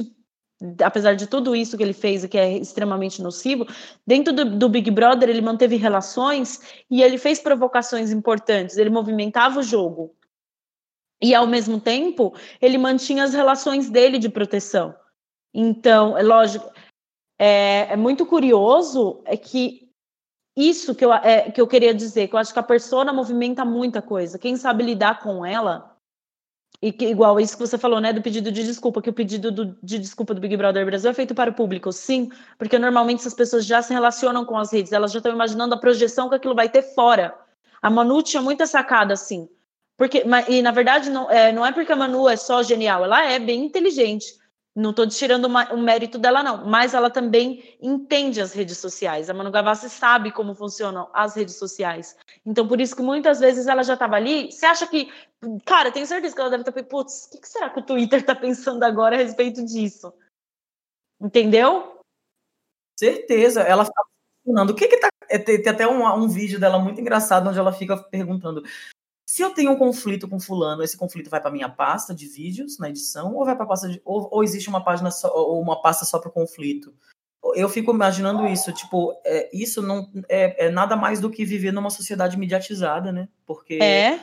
S1: tudo isso que ele fez e que é extremamente nocivo, dentro do Big Brother ele manteve relações e ele fez provocações importantes, ele movimentava o jogo. E ao mesmo tempo, ele mantinha as relações dele de proteção. Então, é lógico, é muito curioso que isso que eu queria dizer, que eu acho que a persona movimenta muita coisa. Quem sabe lidar com ela, igual isso que você falou, né, do pedido de desculpa, que o pedido de desculpa do Big Brother Brasil é feito para o público, sim, porque normalmente essas pessoas já se relacionam com as redes, elas já estão imaginando a projeção que aquilo vai ter fora. A Manu tinha muita sacada, assim, e na verdade não é porque a Manu é só genial, ela é bem inteligente. Não estou tirando o mérito dela, não. Mas ela também entende as redes sociais. A Manu Gavassi sabe como funcionam as redes sociais. Então, por isso que muitas vezes ela já estava ali. Você acha que... Cara, tenho certeza que ela deve estar pensando, putz, o que será que o Twitter está pensando agora a respeito disso? Entendeu?
S2: Certeza. Ela fica perguntando, o que tá... Tem até um vídeo dela muito engraçado, onde ela fica perguntando... Se eu tenho um conflito com fulano, esse conflito vai para minha pasta de vídeos na edição ou vai para pasta ou existe uma página só, ou uma pasta só para o conflito? Eu fico imaginando isso, tipo, isso não é nada mais do que viver numa sociedade mediatizada, né? Porque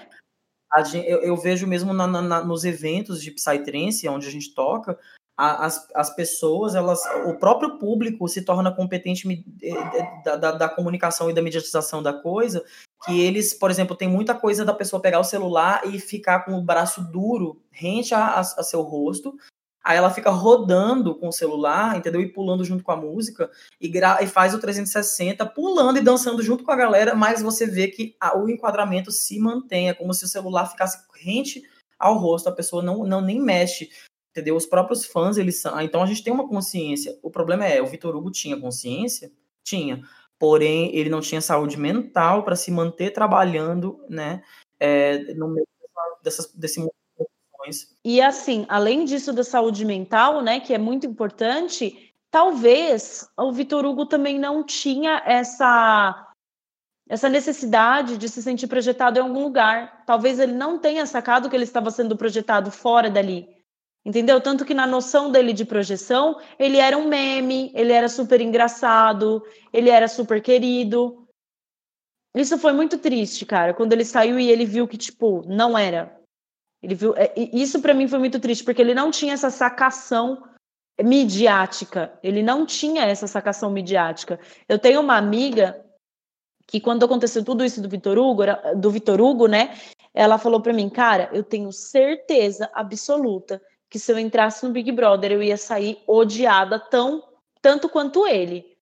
S2: eu vejo mesmo nos eventos de Psytrance, onde a gente toca, as pessoas, o próprio público se torna competente da comunicação e da mediatização da coisa, que eles, por exemplo, tem muita coisa da pessoa pegar o celular e ficar com o braço duro rente a seu rosto, aí ela fica rodando com o celular, entendeu? E pulando junto com a música, e faz o 360, pulando e dançando junto com a galera, mas você vê que o enquadramento se mantém, é como se o celular ficasse rente ao rosto, a pessoa não nem mexe, entendeu? Os próprios fãs, eles são... Então a gente tem uma consciência. O problema o Vitor Hugo tinha consciência? Tinha. Porém, ele não tinha saúde mental para se manter trabalhando, né, no meio desse mundo de opções.
S1: E assim, além disso da saúde mental, né, que é muito importante, talvez o Vitor Hugo também não tinha essa essa necessidade de se sentir projetado em algum lugar. Talvez ele não tenha sacado que ele estava sendo projetado fora dali. Entendeu? Tanto que na noção dele de projeção, ele era um meme, ele era super engraçado, ele era super querido. Isso foi muito triste, cara, quando ele saiu e ele viu que, tipo, não era. Ele viu, isso para mim foi muito triste, porque ele não tinha essa sacação midiática. Ele não tinha essa sacação midiática. Eu tenho uma amiga que quando aconteceu tudo isso do Vitor Hugo, né? Ela falou para mim, cara, eu tenho certeza absoluta que se eu entrasse no Big Brother, eu ia sair odiada tanto quanto ele.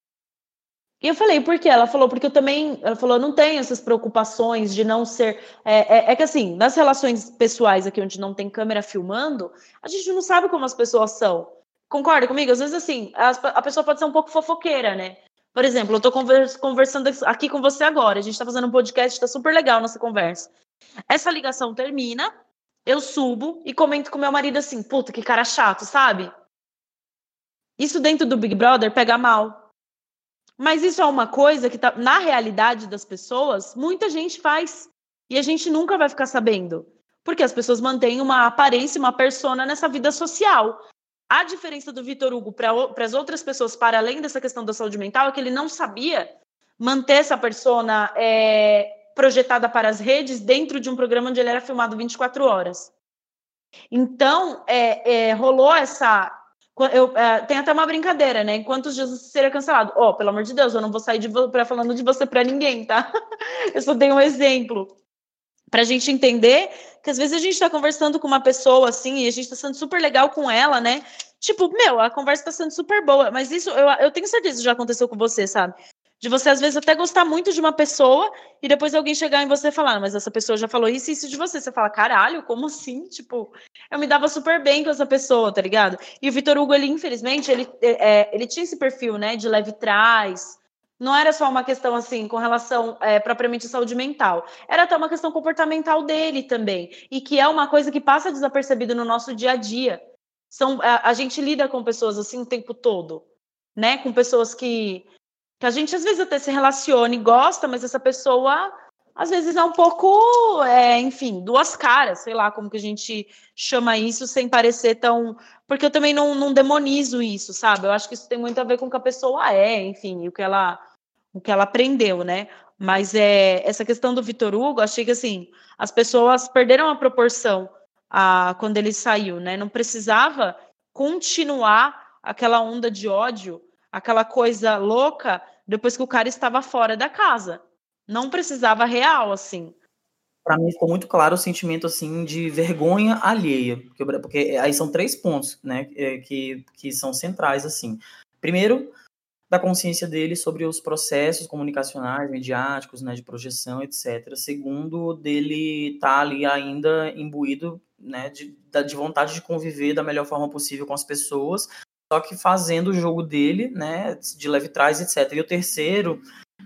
S1: E eu falei, por quê? Ela falou, porque ela falou, eu não tenho essas preocupações de não ser... É que assim, nas relações pessoais aqui, onde não tem câmera filmando, a gente não sabe como as pessoas são. Concorda comigo? Às vezes, assim, a pessoa pode ser um pouco fofoqueira, né? Por exemplo, eu tô conversando aqui com você agora, a gente tá fazendo um podcast, tá super legal nossa conversa. Essa ligação termina, eu subo e comento com meu marido assim, puta, que cara chato, sabe? Isso dentro do Big Brother pega mal. Mas isso é uma coisa que, tá, na realidade das pessoas, muita gente faz. E a gente nunca vai ficar sabendo. Porque as pessoas mantêm uma aparência, uma persona nessa vida social. A diferença do Vitor Hugo para as outras pessoas, para além dessa questão da saúde mental, é que ele não sabia manter essa persona projetada para as redes dentro de um programa onde ele era filmado 24 horas. Então, rolou essa... tem até uma brincadeira, né? Em quantos dias você seria cancelado? Pelo amor de Deus, eu não vou sair falando de você para ninguém, tá? Eu só dei um exemplo. Pra gente entender que às vezes a gente tá conversando com uma pessoa, assim, e a gente tá sendo super legal com ela, né? Tipo, a conversa tá sendo super boa. Mas isso, eu tenho certeza que já aconteceu com você, sabe? De você, às vezes, até gostar muito de uma pessoa e depois alguém chegar em você e falar, mas essa pessoa já falou isso e isso de você. Você fala, caralho, como assim? Tipo, eu me dava super bem com essa pessoa, tá ligado? E o Vitor Hugo, ele, infelizmente, ele tinha esse perfil, né, de leve trás. Não era só uma questão, assim, com relação propriamente à saúde mental. Era até uma questão comportamental dele também. E que é uma coisa que passa desapercebido no nosso dia a dia. A gente lida com pessoas assim o tempo todo, né? Com pessoas que a gente às vezes até se relaciona e gosta, mas essa pessoa às vezes é um pouco, enfim, duas caras, sei lá como que a gente chama isso sem parecer tão... Porque eu também não demonizo isso, sabe? Eu acho que isso tem muito a ver com o que a pessoa enfim, o que ela aprendeu, né? Mas essa questão do Vitor Hugo, achei que assim, as pessoas perderam a proporção quando ele saiu, né? Não precisava continuar aquela onda de ódio, aquela coisa louca, depois que o cara estava fora da casa. Não precisava real, assim.
S2: Para mim ficou muito claro o sentimento assim de vergonha alheia, porque aí são 3 pontos, né, que são centrais assim. Primeiro, da consciência dele sobre os processos comunicacionais, midiáticos, né, de projeção, etc. Segundo, dele estar ali ainda imbuído, né, de vontade de conviver da melhor forma possível com as pessoas, só que fazendo o jogo dele, né, de leve trás, etc. E o terceiro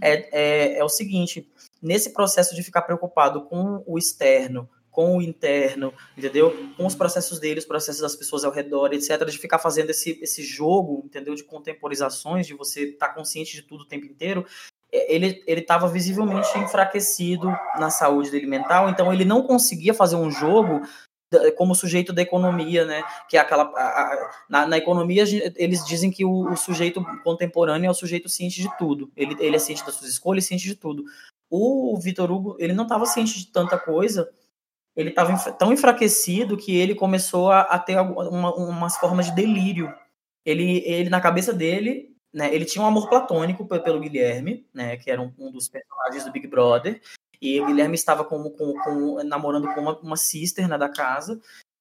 S2: é o seguinte: nesse processo de ficar preocupado com o externo, com o interno, entendeu? Com os processos dele, os processos das pessoas ao redor, etc., de ficar fazendo esse jogo, entendeu? De contemporizações, de você estar consciente de tudo o tempo inteiro, ele estava visivelmente enfraquecido na saúde dele mental, então ele não conseguia fazer um jogo como sujeito da economia, né? Que é aquela... na economia, eles dizem que o sujeito contemporâneo é o sujeito ciente de tudo. Ele é ciente das suas escolhas, ciente de tudo. O Vitor Hugo, ele não estava ciente de tanta coisa, ele estava tão enfraquecido que ele começou a ter umas formas de delírio. Ele na cabeça dele, né, ele tinha um amor platônico pelo Guilherme, né, que era um dos personagens do Big Brother, e o Guilherme estava namorando com uma sister, né, da casa,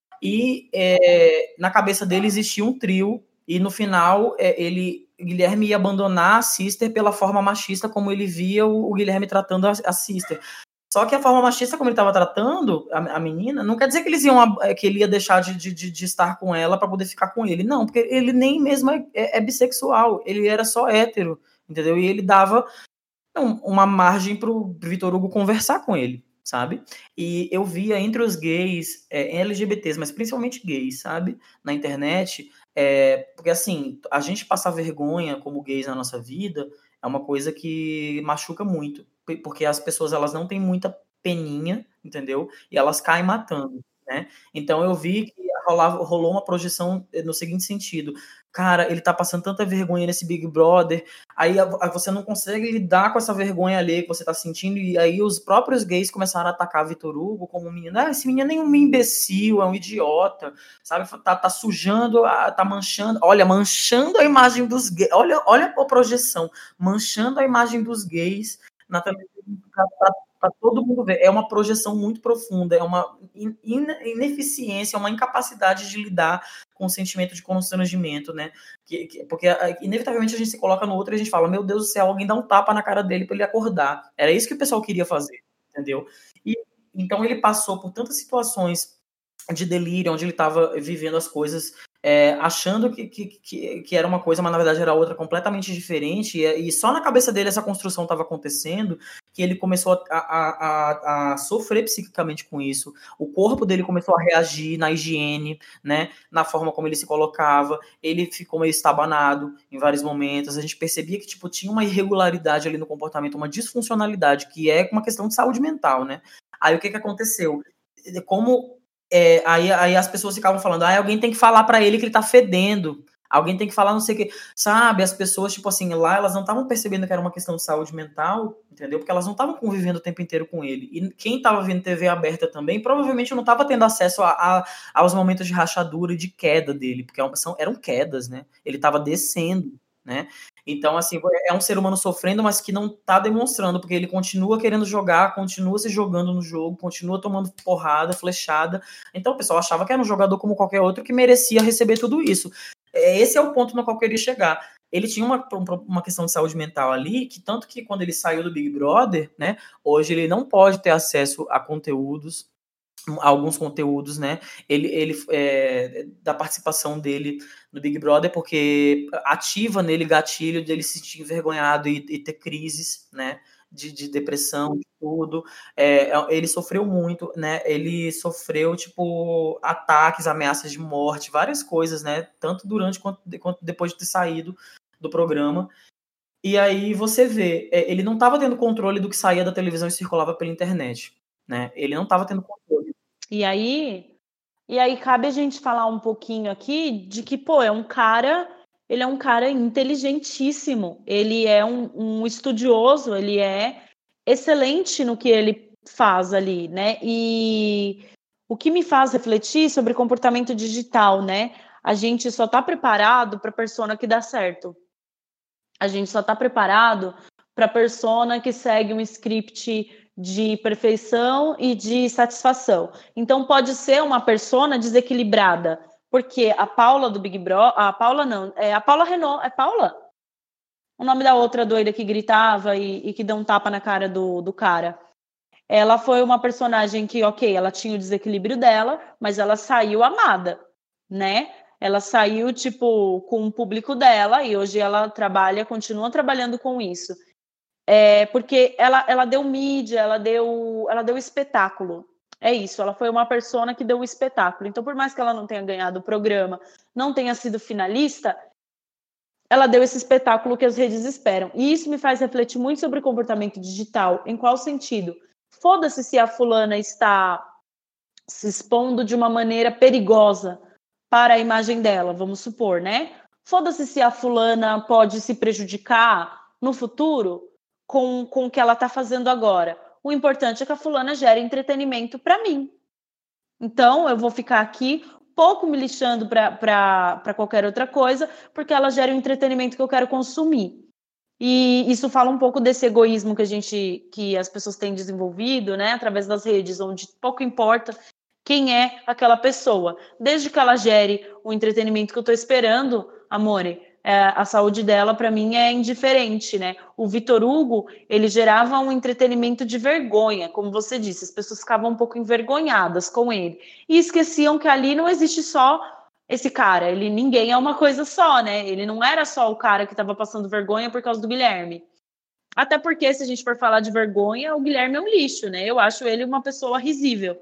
S2: e na cabeça dele existia um trio, e no final Guilherme ia abandonar a sister pela forma machista como ele via o Guilherme tratando a sister. Só que a forma machista como ele estava tratando a menina, não quer dizer que que ele ia deixar de estar com ela para poder ficar com ele. Não, porque ele nem mesmo é bissexual, ele era só hétero, entendeu? E ele dava uma margem para o Vitor Hugo conversar com ele, sabe? E eu via entre os gays, LGBTs, mas principalmente gays, sabe? Na internet, porque assim, a gente passar vergonha como gays na nossa vida é uma coisa que machuca muito, porque as pessoas elas não têm muita peninha, entendeu? E elas caem matando, né? Então eu vi que rolou uma projeção no seguinte sentido: cara, ele tá passando tanta vergonha nesse Big Brother, aí você não consegue lidar com essa vergonha ali que você tá sentindo, e aí os próprios gays começaram a atacar Vitor Hugo como um menino. Esse menino é um imbecil, é um idiota, sabe? Tá sujando, tá manchando, olha, manchando a imagem dos gays, olha a projeção, manchando a imagem dos gays na televisão para todo mundo ver. É uma projeção muito profunda, é uma ineficiência, é uma incapacidade de lidar com o sentimento de constrangimento, né? Porque inevitavelmente a gente se coloca no outro e a gente fala, meu Deus do céu, alguém dá um tapa na cara dele para ele acordar. Era isso que o pessoal queria fazer, entendeu? E então ele passou por tantas situações de delírio, onde ele estava vivendo as coisas achando que era uma coisa, mas na verdade era outra completamente diferente, e só na cabeça dele essa construção estava acontecendo, que ele começou a sofrer psiquicamente com isso, o corpo dele começou a reagir na higiene, né, na forma como ele se colocava, ele ficou meio estabanado em vários momentos, a gente percebia que tipo, tinha uma irregularidade ali no comportamento, uma disfuncionalidade, que é uma questão de saúde mental, né. Aí o que aconteceu? Como aí as pessoas ficavam falando, alguém tem que falar pra ele que ele tá fedendo, alguém tem que falar não sei o que, sabe, as pessoas, tipo assim, lá elas não estavam percebendo que era uma questão de saúde mental, entendeu, porque elas não estavam convivendo o tempo inteiro com ele, e quem tava vendo TV aberta também, provavelmente não tava tendo acesso aos momentos de rachadura e de queda dele, porque eram quedas, né, ele tava descendo, né, então assim, é um ser humano sofrendo, mas que não tá demonstrando, porque ele continua querendo jogar, continua se jogando no jogo, continua tomando porrada, flechada, então o pessoal achava que era um jogador como qualquer outro que merecia receber tudo isso. Esse é o ponto no qual eu queria chegar. Ele tinha uma questão de saúde mental ali, que tanto que quando ele saiu do Big Brother, né, hoje ele não pode ter acesso a conteúdos, alguns conteúdos, né, da participação dele no Big Brother, porque ativa nele gatilho dele se sentir envergonhado e ter crises, né, de depressão, de tudo. Ele sofreu muito, né, ele sofreu, tipo, ataques, ameaças de morte, várias coisas, né, tanto durante quanto depois de ter saído do programa. E aí você vê, ele não estava tendo controle do que saía da televisão e circulava pela internet, né, ele não estava tendo controle.
S1: E aí cabe a gente falar um pouquinho aqui de que, pô, ele é um cara inteligentíssimo, ele é um estudioso, ele é excelente no que ele faz ali, né? E o que me faz refletir sobre comportamento digital, né? A gente só tá preparado para a persona que dá certo. A gente só tá preparado para a persona que segue um script de perfeição e de satisfação. Então pode ser uma persona desequilibrada, porque a Paula do Big Brother, a Paula não, a Paula Renault, é Paula? O nome da outra doida que gritava e que deu um tapa na cara do cara. Ela foi uma personagem que, ok, ela tinha o desequilíbrio dela, mas ela saiu amada, né? Ela saiu, tipo, com o público dela e hoje ela continua trabalhando com isso. Porque ela deu mídia, ela deu espetáculo. É isso, ela foi uma persona que deu o espetáculo. Então, por mais que ela não tenha ganhado o programa, não tenha sido finalista, ela deu esse espetáculo que as redes esperam. E isso me faz refletir muito sobre o comportamento digital. Em qual sentido? Foda-se se a fulana está se expondo de uma maneira perigosa para a imagem dela, vamos supor, né? Foda-se se a fulana pode se prejudicar no futuro com o que ela está fazendo agora. O importante é que a fulana gere entretenimento para mim. Então, eu vou ficar aqui pouco me lixando para qualquer outra coisa, porque ela gera o entretenimento que eu quero consumir. E isso fala um pouco desse egoísmo que as pessoas têm desenvolvido, né, através das redes, onde pouco importa quem é aquela pessoa, desde que ela gere o entretenimento que eu estou esperando, amore, a saúde dela para mim é indiferente, né? O Vitor Hugo, ele gerava um entretenimento de vergonha, como você disse, as pessoas ficavam um pouco envergonhadas com ele e esqueciam que ali não existe só esse cara, ninguém é uma coisa só, né? Ele não era só o cara que estava passando vergonha por causa do Guilherme. Até porque, se a gente for falar de vergonha, o Guilherme é um lixo, né? Eu acho ele uma pessoa risível.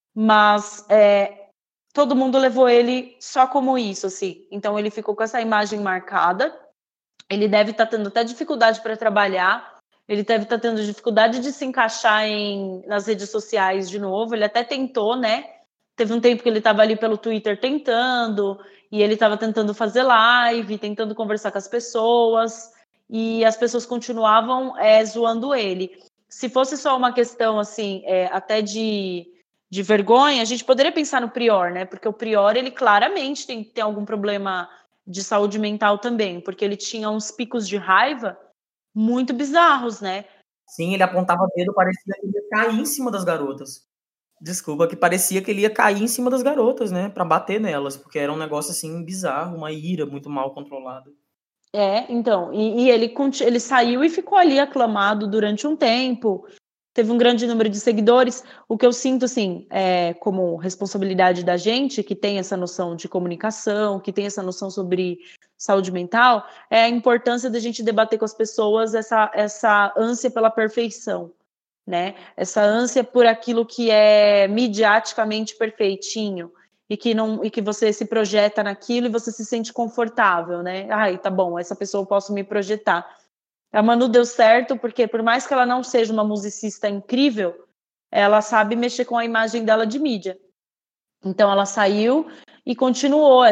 S1: Mas todo mundo levou ele só como isso, assim. Então ele ficou com essa imagem marcada. Ele deve estar tendo até dificuldade para trabalhar. Ele deve estar tendo dificuldade de se encaixar nas redes sociais de novo. Ele até tentou, né? Teve um tempo que ele estava ali pelo Twitter tentando, e ele estava tentando fazer live, tentando conversar com as pessoas, e as pessoas continuavam zoando ele. Se fosse só uma questão, assim, até de vergonha, a gente poderia pensar no Prior, né? Porque o Prior, ele claramente tem algum problema de saúde mental também, porque ele tinha uns picos de raiva muito bizarros, né?
S2: Sim, ele apontava o dedo, parecia que ele ia cair em cima das garotas. Desculpa, que parecia que ele ia cair em cima das garotas, né? Pra bater nelas, porque era um negócio assim bizarro, uma ira muito mal controlada.
S1: Então, e ele saiu e ficou ali aclamado durante um tempo, teve um grande número de seguidores. O que eu sinto, assim, como responsabilidade da gente, que tem essa noção de comunicação, que tem essa noção sobre saúde mental, é a importância da gente debater com as pessoas essa ânsia pela perfeição, né? Essa ânsia por aquilo que é midiaticamente perfeitinho, e que você se projeta naquilo e você se sente confortável, né? Ai, tá bom, essa pessoa eu posso me projetar. A Manu deu certo porque, por mais que ela não seja uma musicista incrível, ela sabe mexer com a imagem dela de mídia. Então ela saiu e continuou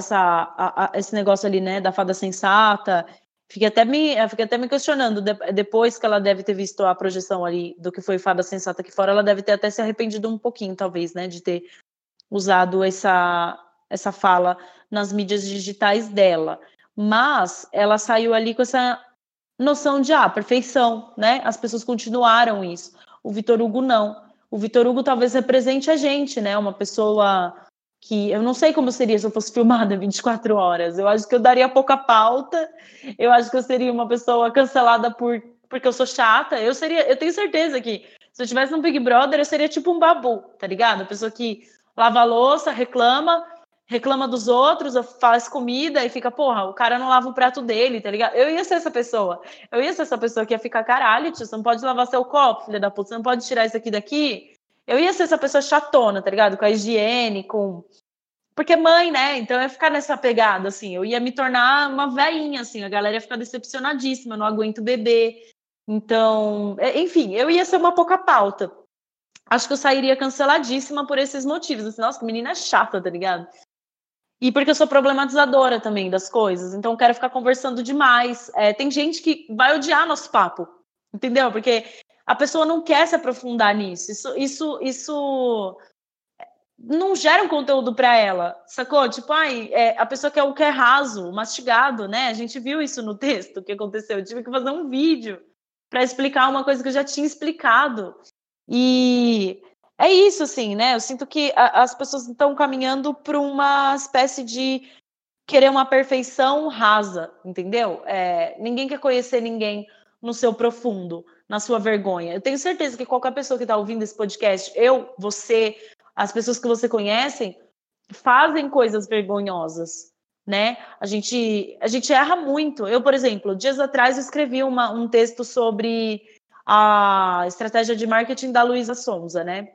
S1: esse negócio ali, né, da fada sensata. Fiquei até me questionando, depois que ela deve ter visto a projeção ali do que foi fada sensata aqui fora, ela deve ter até se arrependido um pouquinho, talvez, né, de ter usado essa fala nas mídias digitais dela. Mas ela saiu ali com essa noção de perfeição, né? As pessoas continuaram isso. O Vitor Hugo não. O Vitor Hugo talvez represente a gente, né? Uma pessoa que eu não sei como seria se eu fosse filmada 24 horas. Eu acho que eu daria pouca pauta. Eu acho que eu seria uma pessoa cancelada porque eu sou chata. Eu tenho certeza que se eu estivesse no Big Brother, eu seria tipo um babu, tá ligado? A pessoa que lava a louça, reclama dos outros, faz comida e fica, porra, o cara não lava o prato dele, tá ligado? Eu ia ser essa pessoa. Eu ia ser essa pessoa que ia ficar, caralho, tio, você não pode lavar seu copo, filha da puta, você não pode tirar isso aqui daqui. Eu ia ser essa pessoa chatona, tá ligado? Com a higiene, porque mãe, né? Então eu ia ficar nessa pegada, assim. Eu ia me tornar uma veinha, assim. A galera ia ficar decepcionadíssima, eu não aguento beber. Então, enfim, eu ia ser uma pouca pauta. Acho que eu sairia canceladíssima por esses motivos. Assim, nossa, que menina chata, tá ligado? E porque eu sou problematizadora também das coisas. Então, eu quero ficar conversando demais. Tem gente que vai odiar nosso papo, entendeu? Porque a pessoa não quer se aprofundar nisso. Isso não gera um conteúdo para ela, sacou? Tipo, a pessoa quer o que é raso, mastigado, né? A gente viu isso no texto que aconteceu. Eu tive que fazer um vídeo para explicar uma coisa que eu já tinha explicado. E é isso, assim, né? Eu sinto que as pessoas estão caminhando para uma espécie de querer uma perfeição rasa, entendeu? Ninguém quer conhecer ninguém no seu profundo, na sua vergonha. Eu tenho certeza que qualquer pessoa que está ouvindo esse podcast, você, as pessoas que você conhece, fazem coisas vergonhosas, né? A gente erra muito. Eu, por exemplo, dias atrás eu escrevi um texto sobre a estratégia de marketing da Luísa Sonza, né?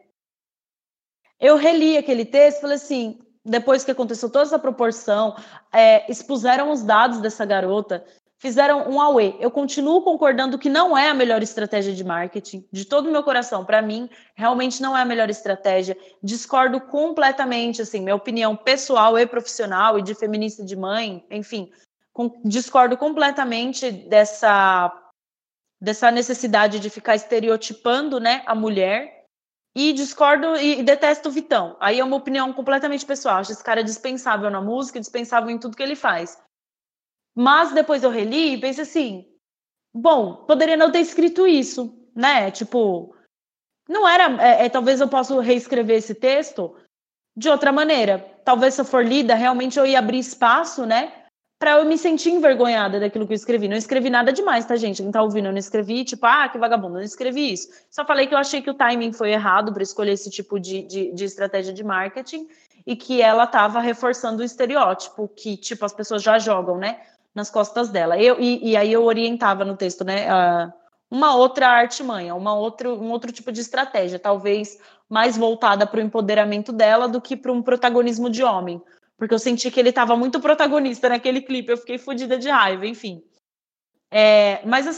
S1: Eu reli aquele texto e falei assim, depois que aconteceu toda essa proporção, expuseram os dados dessa garota, fizeram um auê. Eu continuo concordando que não é a melhor estratégia de marketing, de todo o meu coração. Para mim, realmente não é a melhor estratégia. Discordo completamente, assim, minha opinião pessoal e profissional e de feminista de mãe, enfim, discordo completamente dessa necessidade de ficar estereotipando, né, a mulher. E discordo e detesto o Vitão. Aí é uma opinião completamente pessoal. Acho esse cara dispensável na música, dispensável em tudo que ele faz. Mas depois eu reli e pensei assim, bom, poderia não ter escrito isso, né? Tipo, não era... talvez eu possa reescrever esse texto de outra maneira. Talvez se eu for lida, realmente eu ia abrir espaço, né? Pra eu me sentir envergonhada daquilo que eu escrevi. Não escrevi nada demais, tá, gente? Quem tá ouvindo, eu não escrevi, tipo, que vagabundo, eu não escrevi isso. Só falei que eu achei que o timing foi errado para escolher esse tipo de estratégia de marketing e que ela tava reforçando o estereótipo que, tipo, as pessoas já jogam, né, nas costas dela. E aí eu orientava no texto, né, uma outra artimanha, um outro tipo de estratégia, talvez mais voltada para o empoderamento dela do que para um protagonismo de homem. Porque eu senti que ele estava muito protagonista naquele clipe, eu fiquei fodida de raiva, enfim. Mas assim,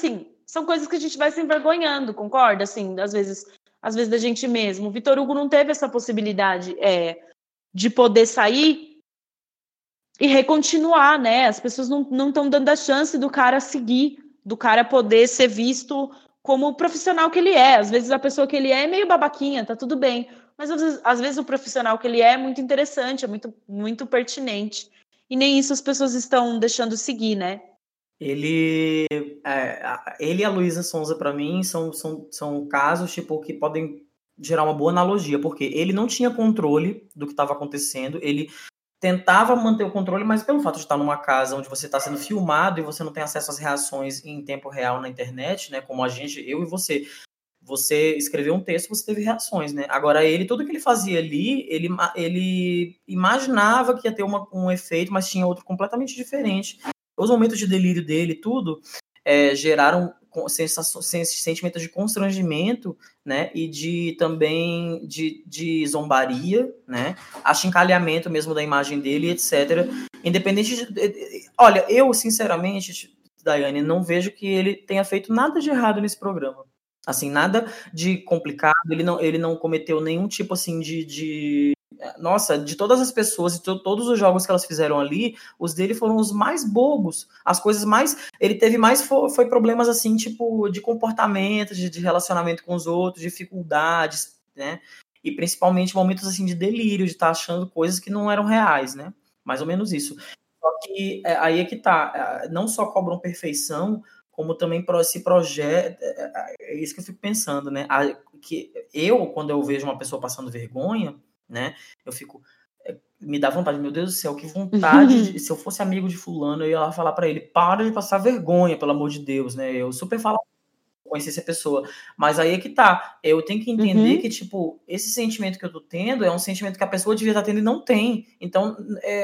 S1: são coisas que a gente vai se envergonhando, concorda? Assim, às vezes da gente mesmo. O Vitor Hugo não teve essa possibilidade de poder sair e recontinuar, né? As pessoas não estão dando a chance do cara seguir, do cara poder ser visto como o profissional que ele é. Às vezes a pessoa que ele é meio babaquinha, tá tudo bem. Mas às vezes o profissional que ele é muito interessante, é muito, muito pertinente. E nem isso as pessoas estão deixando seguir, né?
S2: Ele e a Luísa Sonza, para mim, são casos tipo, que podem gerar uma boa analogia, porque ele não tinha controle do que estava acontecendo, ele tentava manter o controle, mas pelo fato de estar numa casa onde você está sendo filmado e você não tem acesso às reações em tempo real na internet, né, como eu e você escreveu um texto, você teve reações, né? Agora tudo que ele fazia ali, ele imaginava que ia ter um efeito, mas tinha outro completamente diferente. Os momentos de delírio dele, tudo, geraram sentimentos de constrangimento, né? E também de zombaria, né? Achincalhamento mesmo da imagem dele, etc. Independente olha, eu, sinceramente, Daiane, não vejo que ele tenha feito nada de errado nesse programa. Assim, nada de complicado, ele não cometeu nenhum tipo, assim, nossa, de todas as pessoas e todos os jogos que elas fizeram ali, os dele foram os mais bobos, as coisas mais... Ele teve mais, foi problemas, assim, tipo, de comportamento, de relacionamento com os outros, dificuldades, né? E principalmente momentos, assim, de delírio, de estar achando coisas que não eram reais, né? Mais ou menos isso. Só que aí é que tá, não só cobram perfeição, como também se projeta, é isso que eu fico pensando, né? Que quando eu vejo uma pessoa passando vergonha, né? Eu fico, me dá vontade, meu Deus do céu, que vontade, se eu fosse amigo de fulano, eu ia lá falar pra ele, para de passar vergonha, pelo amor de Deus, né? Eu super falo, conhecer essa pessoa, mas aí é que tá, eu tenho que entender que, tipo, esse sentimento que eu tô tendo é um sentimento que a pessoa devia estar tendo e não tem, então,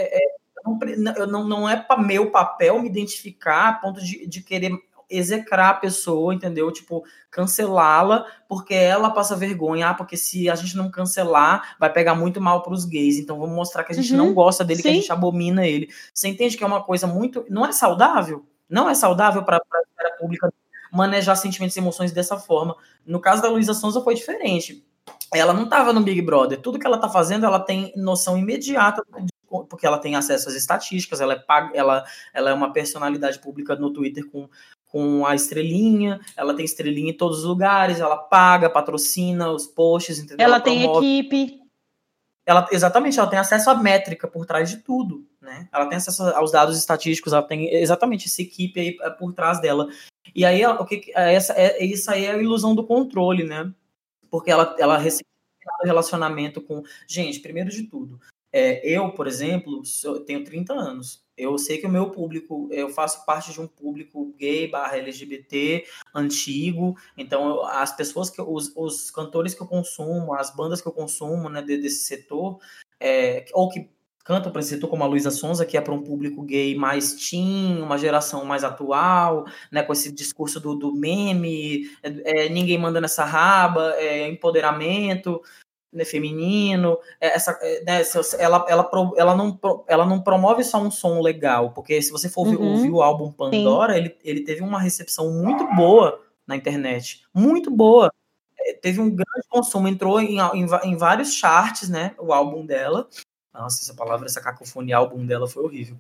S2: não é meu papel me identificar a ponto de querer execrar a pessoa, entendeu? Tipo, cancelá-la porque ela passa vergonha. Porque se a gente não cancelar, vai pegar muito mal pros gays. Então vamos mostrar que a gente não gosta dele, que a gente abomina ele. Você entende que é uma coisa muito... Não é saudável? Não é saudável para a esfera pública manejar sentimentos e emoções dessa forma. No caso da Luísa Sonza foi diferente. Ela não estava no Big Brother. Tudo que ela está fazendo, ela tem noção imediata, porque ela tem acesso às estatísticas, ela é uma personalidade pública no Twitter com a estrelinha, ela tem estrelinha em todos os lugares, ela paga, patrocina os posts, entendeu?
S1: Ela tem equipe.
S2: Exatamente, ela tem acesso à métrica por trás de tudo, né? Ela tem acesso aos dados estatísticos, ela tem exatamente essa equipe aí por trás dela. E aí, isso aí é a ilusão do controle, né? Porque ela recebe um relacionamento com... Gente, primeiro de tudo, eu, por exemplo, tenho 30 anos. Eu sei que o meu público, eu faço parte de um público gay / LGBT antigo, então as pessoas os cantores que eu consumo, as bandas que eu consumo, né, desse setor, ou que cantam para esse setor, como a Luísa Sonza, que é para um público gay mais teen, uma geração mais atual, né, com esse discurso do meme, ninguém manda nessa raba, empoderamento, né, feminino, né, ela não promove só um som legal, porque se você for ouvir o álbum Pandora, ele teve uma recepção muito boa na internet, muito boa, teve um grande consumo, entrou em vários charts, né, o álbum dela. Nossa, essa cacofonia, álbum dela foi horrível.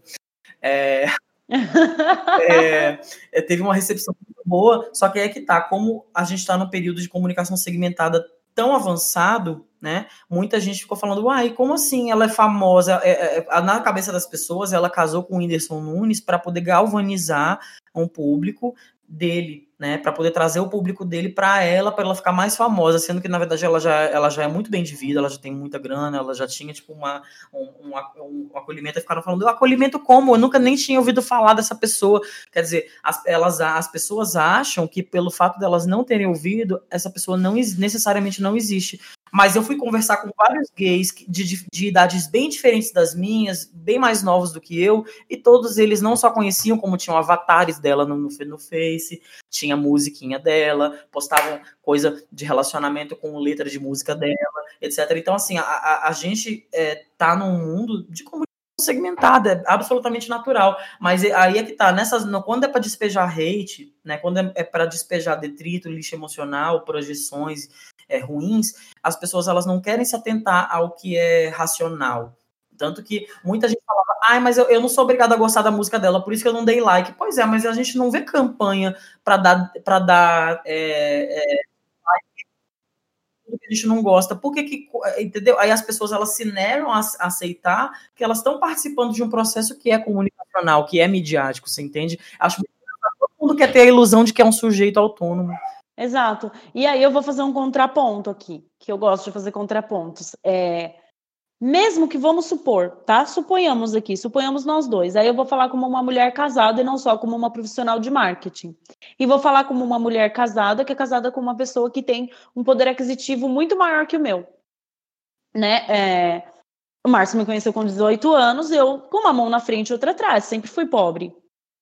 S2: Teve uma recepção muito boa, só que aí é que tá, como a gente tá num período de comunicação segmentada tão avançado, né? Muita gente ficou falando, uai, como assim ela é famosa? Na cabeça das pessoas, ela casou com o Whindersson Nunes para poder galvanizar um público dele, né? Para poder trazer o público dele para ela ficar mais famosa, sendo que na verdade ela já é muito bem de vida, ela já tem muita grana, ela já tinha tipo um acolhimento. E ficaram falando, acolhimento como? Eu nunca nem tinha ouvido falar dessa pessoa. Quer dizer, as pessoas acham que pelo fato delas não terem ouvido, essa pessoa necessariamente não existe. Mas eu fui conversar com vários gays de idades bem diferentes das minhas, bem mais novos do que eu, e todos eles não só conheciam, como tinham avatares dela no Face, tinha musiquinha dela, postavam coisa de relacionamento com letra de música dela, etc. Então, assim, a gente tá num mundo de comunicação segmentada, é absolutamente natural. Mas aí é que tá, quando é para despejar hate, né, quando é para despejar detrito, lixo emocional, projeções ruins, as pessoas elas não querem se atentar ao que é racional. Tanto que muita gente falava, mas eu não sou obrigada a gostar da música dela, por isso que eu não dei like. Pois é, mas a gente não vê campanha para dar que a gente não gosta, entendeu? Aí as pessoas elas se negam a aceitar que elas estão participando de um processo que é comunicacional, que é midiático, você entende? Acho que todo mundo quer ter a ilusão de que é um sujeito autônomo.
S1: Exato. E aí eu vou fazer um contraponto aqui, que eu gosto de fazer contrapontos. Mesmo que, vamos supor, tá? Suponhamos nós dois. Aí eu vou falar como uma mulher casada e não só como uma profissional de marketing. E vou falar como uma mulher casada, que é casada com uma pessoa que tem um poder aquisitivo muito maior que o meu. Né? O Márcio me conheceu com 18 anos, eu com uma mão na frente e outra atrás, sempre fui pobre.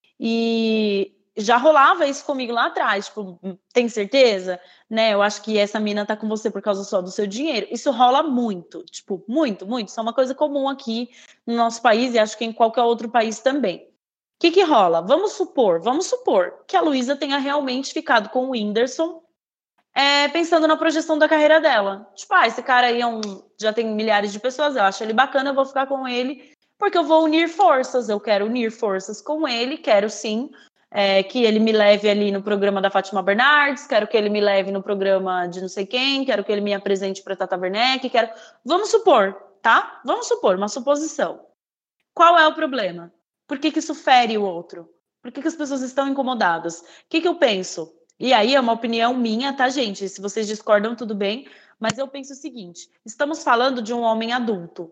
S1: E já rolava isso comigo lá atrás, tipo, tem certeza? Né? Eu acho que essa mina tá com você por causa só do seu dinheiro. Isso rola muito, tipo, muito, muito. Isso é uma coisa comum aqui no nosso país e acho que em qualquer outro país também. O que rola? Vamos supor que a Luísa tenha realmente ficado com o Whindersson pensando na projeção da carreira dela. Tipo, esse cara aí já tem milhares de pessoas, eu acho ele bacana, eu vou ficar com ele porque eu vou unir forças, eu quero unir forças com ele, quero sim que ele me leve ali no programa da Fátima Bernardes, quero que ele me leve no programa de não sei quem, quero que ele me apresente para Tata Werneck, Vamos supor, tá? Vamos supor, uma suposição. Qual é o problema? Por que isso fere o outro? Por que as pessoas estão incomodadas? O que eu penso? E aí é uma opinião minha, tá, gente? Se vocês discordam, tudo bem. Mas eu penso o seguinte, estamos falando de um homem adulto,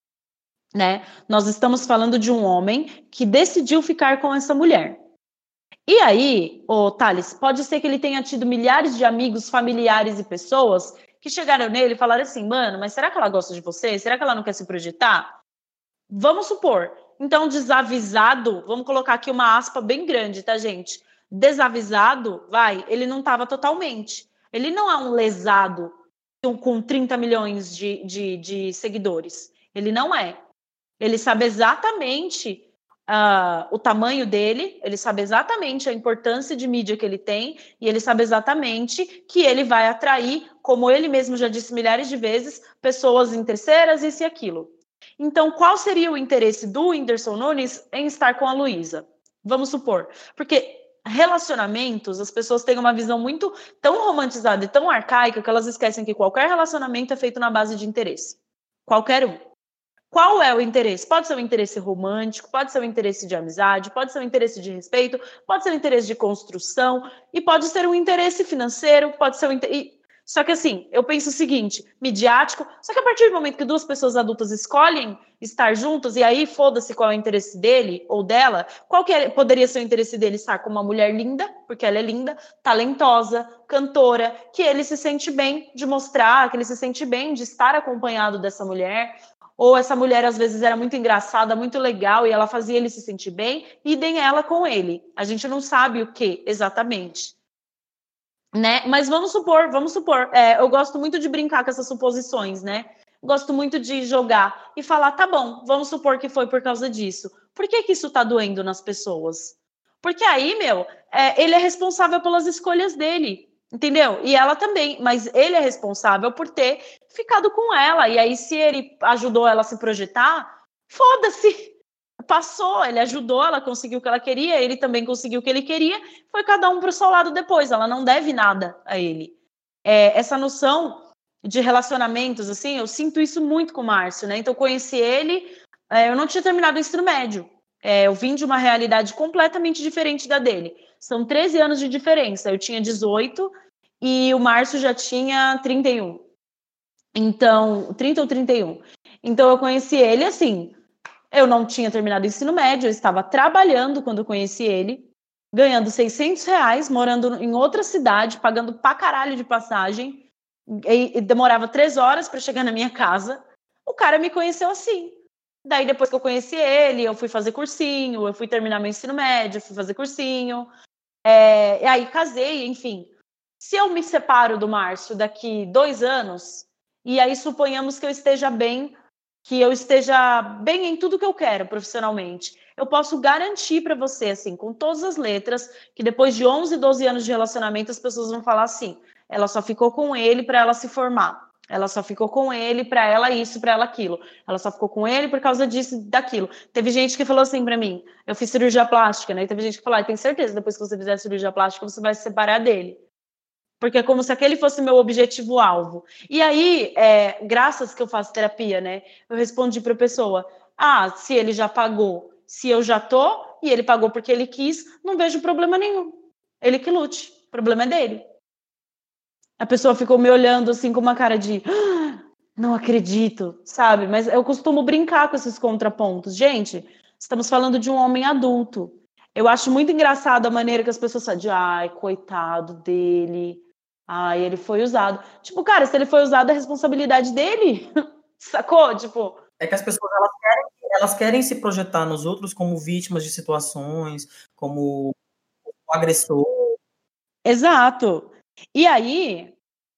S1: né? Nós estamos falando de um homem que decidiu ficar com essa mulher. E aí, Thales, pode ser que ele tenha tido milhares de amigos, familiares e pessoas que chegaram nele e falaram assim, mano, mas será que ela gosta de você? Será que ela não quer se projetar? Vamos supor. Então, desavisado, vamos colocar aqui uma aspa bem grande, tá, gente? Desavisado, ele não estava totalmente. Ele não é um lesado com 30 milhões de seguidores. Ele não é. Ele sabe exatamente o tamanho dele, ele sabe exatamente a importância de mídia que ele tem e ele sabe exatamente que ele vai atrair, como ele mesmo já disse milhares de vezes, pessoas interesseiras, isso e aquilo. Então, qual seria o interesse do Whindersson Nunes em estar com a Luísa? Vamos supor. Porque relacionamentos, as pessoas têm uma visão muito tão romantizada e tão arcaica que elas esquecem que qualquer relacionamento é feito na base de interesse. Qualquer um. Qual é o interesse? Pode ser um interesse romântico, pode ser um interesse de amizade, pode ser um interesse de respeito, pode ser um interesse de construção e pode ser um interesse financeiro, pode ser um interesse... Só que assim, eu penso o seguinte, midiático, só que a partir do momento que duas pessoas adultas escolhem estar juntas, e aí foda-se qual é o interesse dele ou dela, poderia ser o interesse dele estar com uma mulher linda, porque ela é linda, talentosa, cantora, que ele se sente bem de mostrar, que ele se sente bem de estar acompanhado dessa mulher, ou essa mulher às vezes era muito engraçada, muito legal, e ela fazia ele se sentir bem, e idem ela com ele. A gente não sabe o que exatamente. Né? Mas vamos supor, eu gosto muito de brincar com essas suposições, né? Gosto muito de jogar e falar, tá bom, vamos supor que foi por causa disso. Por que isso tá doendo nas pessoas? Porque aí, ele é responsável pelas escolhas dele, entendeu? E ela também, mas ele é responsável por ter ficado com ela. E aí, se ele ajudou ela a se projetar, foda-se. Passou, ele ajudou, ela conseguiu o que ela queria, ele também conseguiu o que ele queria, foi cada um pro seu lado depois, ela não deve nada a ele. Essa noção de relacionamentos, assim, eu sinto isso muito com o Márcio, né? Então, eu conheci ele, eu não tinha terminado o ensino médio, eu vim de uma realidade completamente diferente da dele. São 13 anos de diferença, eu tinha 18 e o Márcio já tinha 31. Então, 30 ou 31. Então, eu conheci ele, assim... Eu não tinha terminado o ensino médio, eu estava trabalhando quando eu conheci ele, ganhando R$600, morando em outra cidade, pagando pra caralho de passagem, e demorava 3 horas para chegar na minha casa. O cara me conheceu assim. Daí, depois que eu conheci ele, eu fui fazer cursinho, eu fui terminar meu ensino médio, fui fazer cursinho, e aí casei, enfim. Se eu me separo do Márcio daqui 2 anos, e aí suponhamos que eu esteja bem que eu esteja bem em tudo que eu quero profissionalmente, eu posso garantir para você, assim, com todas as letras, que depois de 11, 12 anos de relacionamento, as pessoas vão falar assim, ela só ficou com ele para ela se formar, ela só ficou com ele para ela isso, para ela aquilo, ela só ficou com ele por causa disso e daquilo. Teve gente que falou assim para mim, eu fiz cirurgia plástica, né, e teve gente que falou, tem certeza, depois que você fizer cirurgia plástica, você vai se separar dele. Porque é como se aquele fosse meu objetivo-alvo. E aí, graças que eu faço terapia, né? Eu respondi para a pessoa, se ele já pagou, se eu já tô, e ele pagou porque ele quis, não vejo problema nenhum. Ele que lute, o problema é dele. A pessoa ficou me olhando assim com uma cara de, não acredito, sabe? Mas eu costumo brincar com esses contrapontos. Gente, estamos falando de um homem adulto. Eu acho muito engraçado a maneira que as pessoas falam de, ai, coitado dele, ai, ele foi usado. Tipo, cara, se ele foi usado, é responsabilidade dele, sacou? Tipo...
S2: É que as pessoas, elas querem se projetar nos outros como vítimas de situações, como agressor.
S1: Exato. E aí,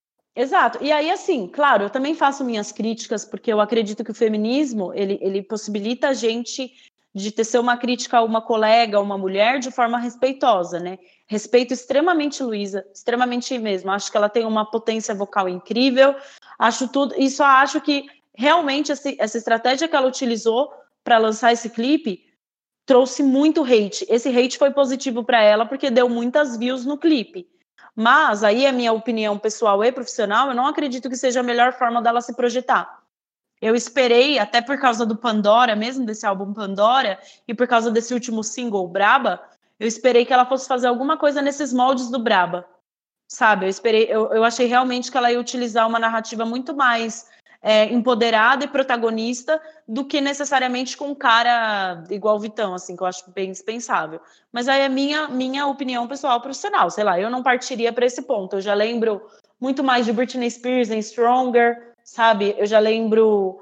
S1: assim, claro, eu também faço minhas críticas, porque eu acredito que o feminismo, ele possibilita a gente de tecer uma crítica a uma colega, a uma mulher, de forma respeitosa, né? Respeito extremamente Luísa, extremamente mesmo. Acho que ela tem uma potência vocal incrível, acho tudo, e só acho que realmente essa estratégia que ela utilizou para lançar esse clipe trouxe muito hate. Esse hate foi positivo para ela, porque deu muitas views no clipe. Mas aí a minha opinião pessoal e profissional, eu não acredito que seja a melhor forma dela se projetar. Eu esperei, até por causa do Pandora, mesmo desse álbum Pandora, e por causa desse último single, Braba, eu esperei que ela fosse fazer alguma coisa nesses moldes do Braba, sabe? Eu achei realmente que ela ia utilizar uma narrativa muito mais empoderada e protagonista do que necessariamente com um cara igual o Vitão, assim, que eu acho bem dispensável. Mas aí é minha opinião pessoal profissional, sei lá, eu não partiria para esse ponto. Eu já lembro muito mais de Britney Spears em Stronger, sabe? Eu já lembro...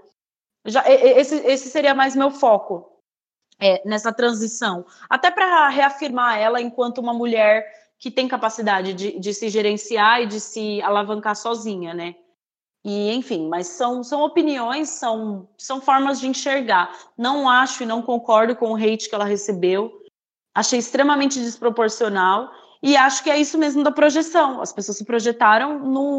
S1: esse seria mais meu foco nessa transição. Até para reafirmar ela enquanto uma mulher que tem capacidade de se gerenciar e de se alavancar sozinha, né? E, enfim, mas são opiniões, são formas de enxergar. Não acho e não concordo com o hate que ela recebeu. Achei extremamente desproporcional. E acho que é isso mesmo da projeção. As pessoas se projetaram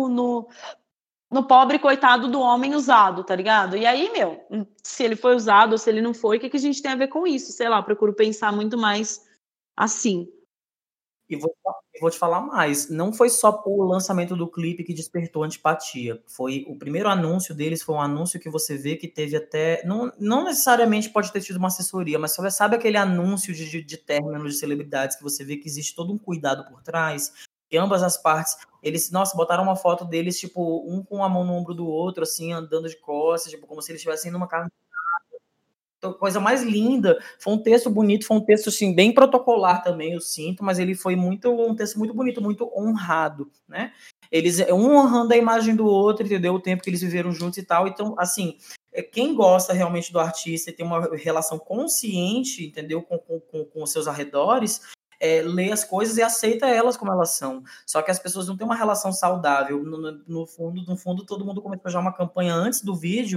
S1: no pobre coitado do homem usado, tá ligado? E aí, se ele foi usado ou se ele não foi, o que a gente tem a ver com isso? Sei lá, procuro pensar muito mais assim.
S2: E vou te falar mais, não foi só o lançamento do clipe que despertou antipatia, foi o primeiro anúncio deles, foi um anúncio que você vê que teve até, não necessariamente pode ter tido uma assessoria, mas sabe aquele anúncio de término de celebridades que você vê que existe todo um cuidado por trás, que ambas as partes, eles, nossa, botaram uma foto deles, tipo, um com a mão no ombro do outro, assim, andando de costas, tipo, como se eles estivessem numa carne. Coisa mais linda, foi um texto bonito, foi um texto assim, bem protocolar também, eu sinto, mas ele foi um texto muito bonito, muito honrado, né? Eles um honrando a imagem do outro, entendeu? O tempo que eles viveram juntos e tal. Então, assim, quem gosta realmente do artista e tem uma relação consciente, entendeu, com os seus arredores, lê as coisas e aceita elas como elas são. Só que as pessoas não têm uma relação saudável. No fundo, todo mundo começou já uma campanha antes do vídeo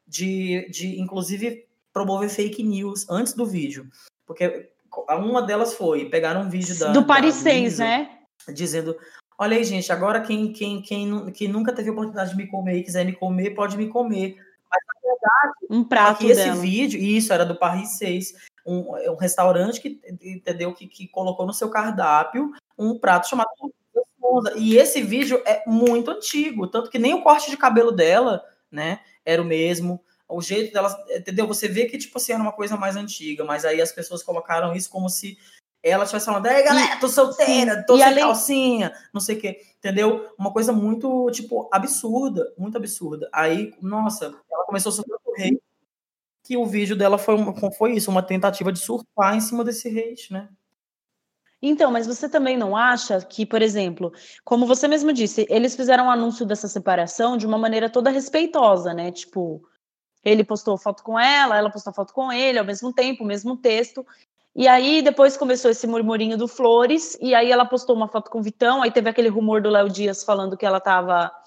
S2: de inclusive promover fake news antes do vídeo. Porque uma delas foi, pegaram um vídeo
S1: do Paris
S2: da
S1: 6,
S2: Luísa,
S1: né?
S2: Dizendo, olha aí, gente, agora quem nunca teve a oportunidade de me comer e quiser me comer, pode me comer. Mas, na verdade,
S1: um prato
S2: esse
S1: dela.
S2: vídeo, isso, era do Paris 6, um restaurante que, entendeu, que colocou no seu cardápio um prato chamado e esse vídeo é muito antigo, tanto que nem o corte de cabelo dela, né, era o mesmo, o jeito dela, entendeu? Você vê que, tipo assim, era uma coisa mais antiga, mas aí as pessoas colocaram isso como se ela estivesse falando, ei, galera, tô solteira, sim, tô sem calcinha, não sei o quê, entendeu? Uma coisa muito, tipo, absurda, muito absurda. Aí, nossa, ela começou a sofrer o hate, que o vídeo dela foi isso, uma tentativa de surfar em cima desse hate, né?
S1: Então, mas você também não acha que, por exemplo, como você mesmo disse, eles fizeram um anúncio dessa separação de uma maneira toda respeitosa, né? Tipo, ele postou foto com ela postou foto com ele, ao mesmo tempo, o mesmo texto. E aí depois começou esse murmurinho do Flores, e aí ela postou uma foto com o Vitão, aí teve aquele rumor do Léo Dias falando que ela estava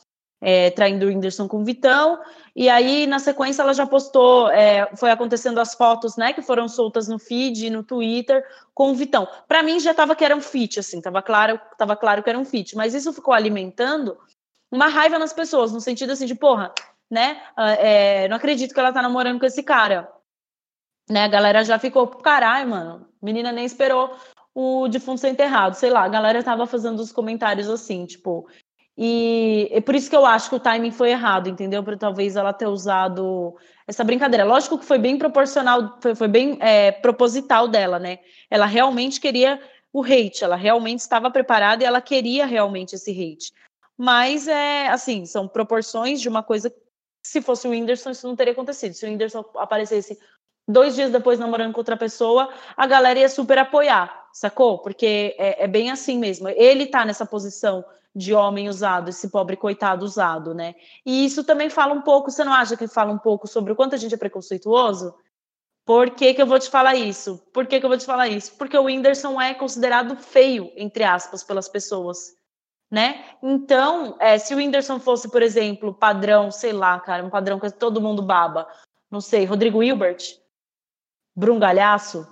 S1: traindo o Whindersson com o Vitão, e aí na sequência ela já postou, foi acontecendo as fotos, né, que foram soltas no feed, no Twitter, com o Vitão. Para mim já estava que era um feat, assim, tava claro que era um feat, mas isso ficou alimentando uma raiva nas pessoas, no sentido assim de, porra, né, não acredito que ela tá namorando com esse cara, né, a galera já ficou, caralho, mano, menina nem esperou o defunto ser enterrado, sei lá, a galera tava fazendo os comentários assim, tipo, e é por isso que eu acho que o timing foi errado, entendeu? Para talvez ela ter usado essa brincadeira. Lógico que foi bem proporcional, foi bem proposital dela, né? Ela realmente queria o hate, ela realmente estava preparada e ela queria realmente esse hate. Mas, assim, são proporções de uma coisa que, se fosse o Whindersson, isso não teria acontecido. Se o Whindersson aparecesse 2 dias depois namorando com outra pessoa, a galera ia super apoiar, sacou? Porque é bem assim mesmo. Ele tá nessa posição de homem usado, esse pobre coitado usado, né? E isso também fala um pouco, você não acha que fala um pouco sobre o quanto a gente é preconceituoso? Por que que eu vou te falar isso? Por que que eu vou te falar isso? Porque o Whindersson é considerado feio, entre aspas, pelas pessoas, né? Então, se o Whindersson fosse, por exemplo, padrão, sei lá, cara, um padrão que todo mundo baba, não sei, Rodrigo Hilbert, Brungalhaço,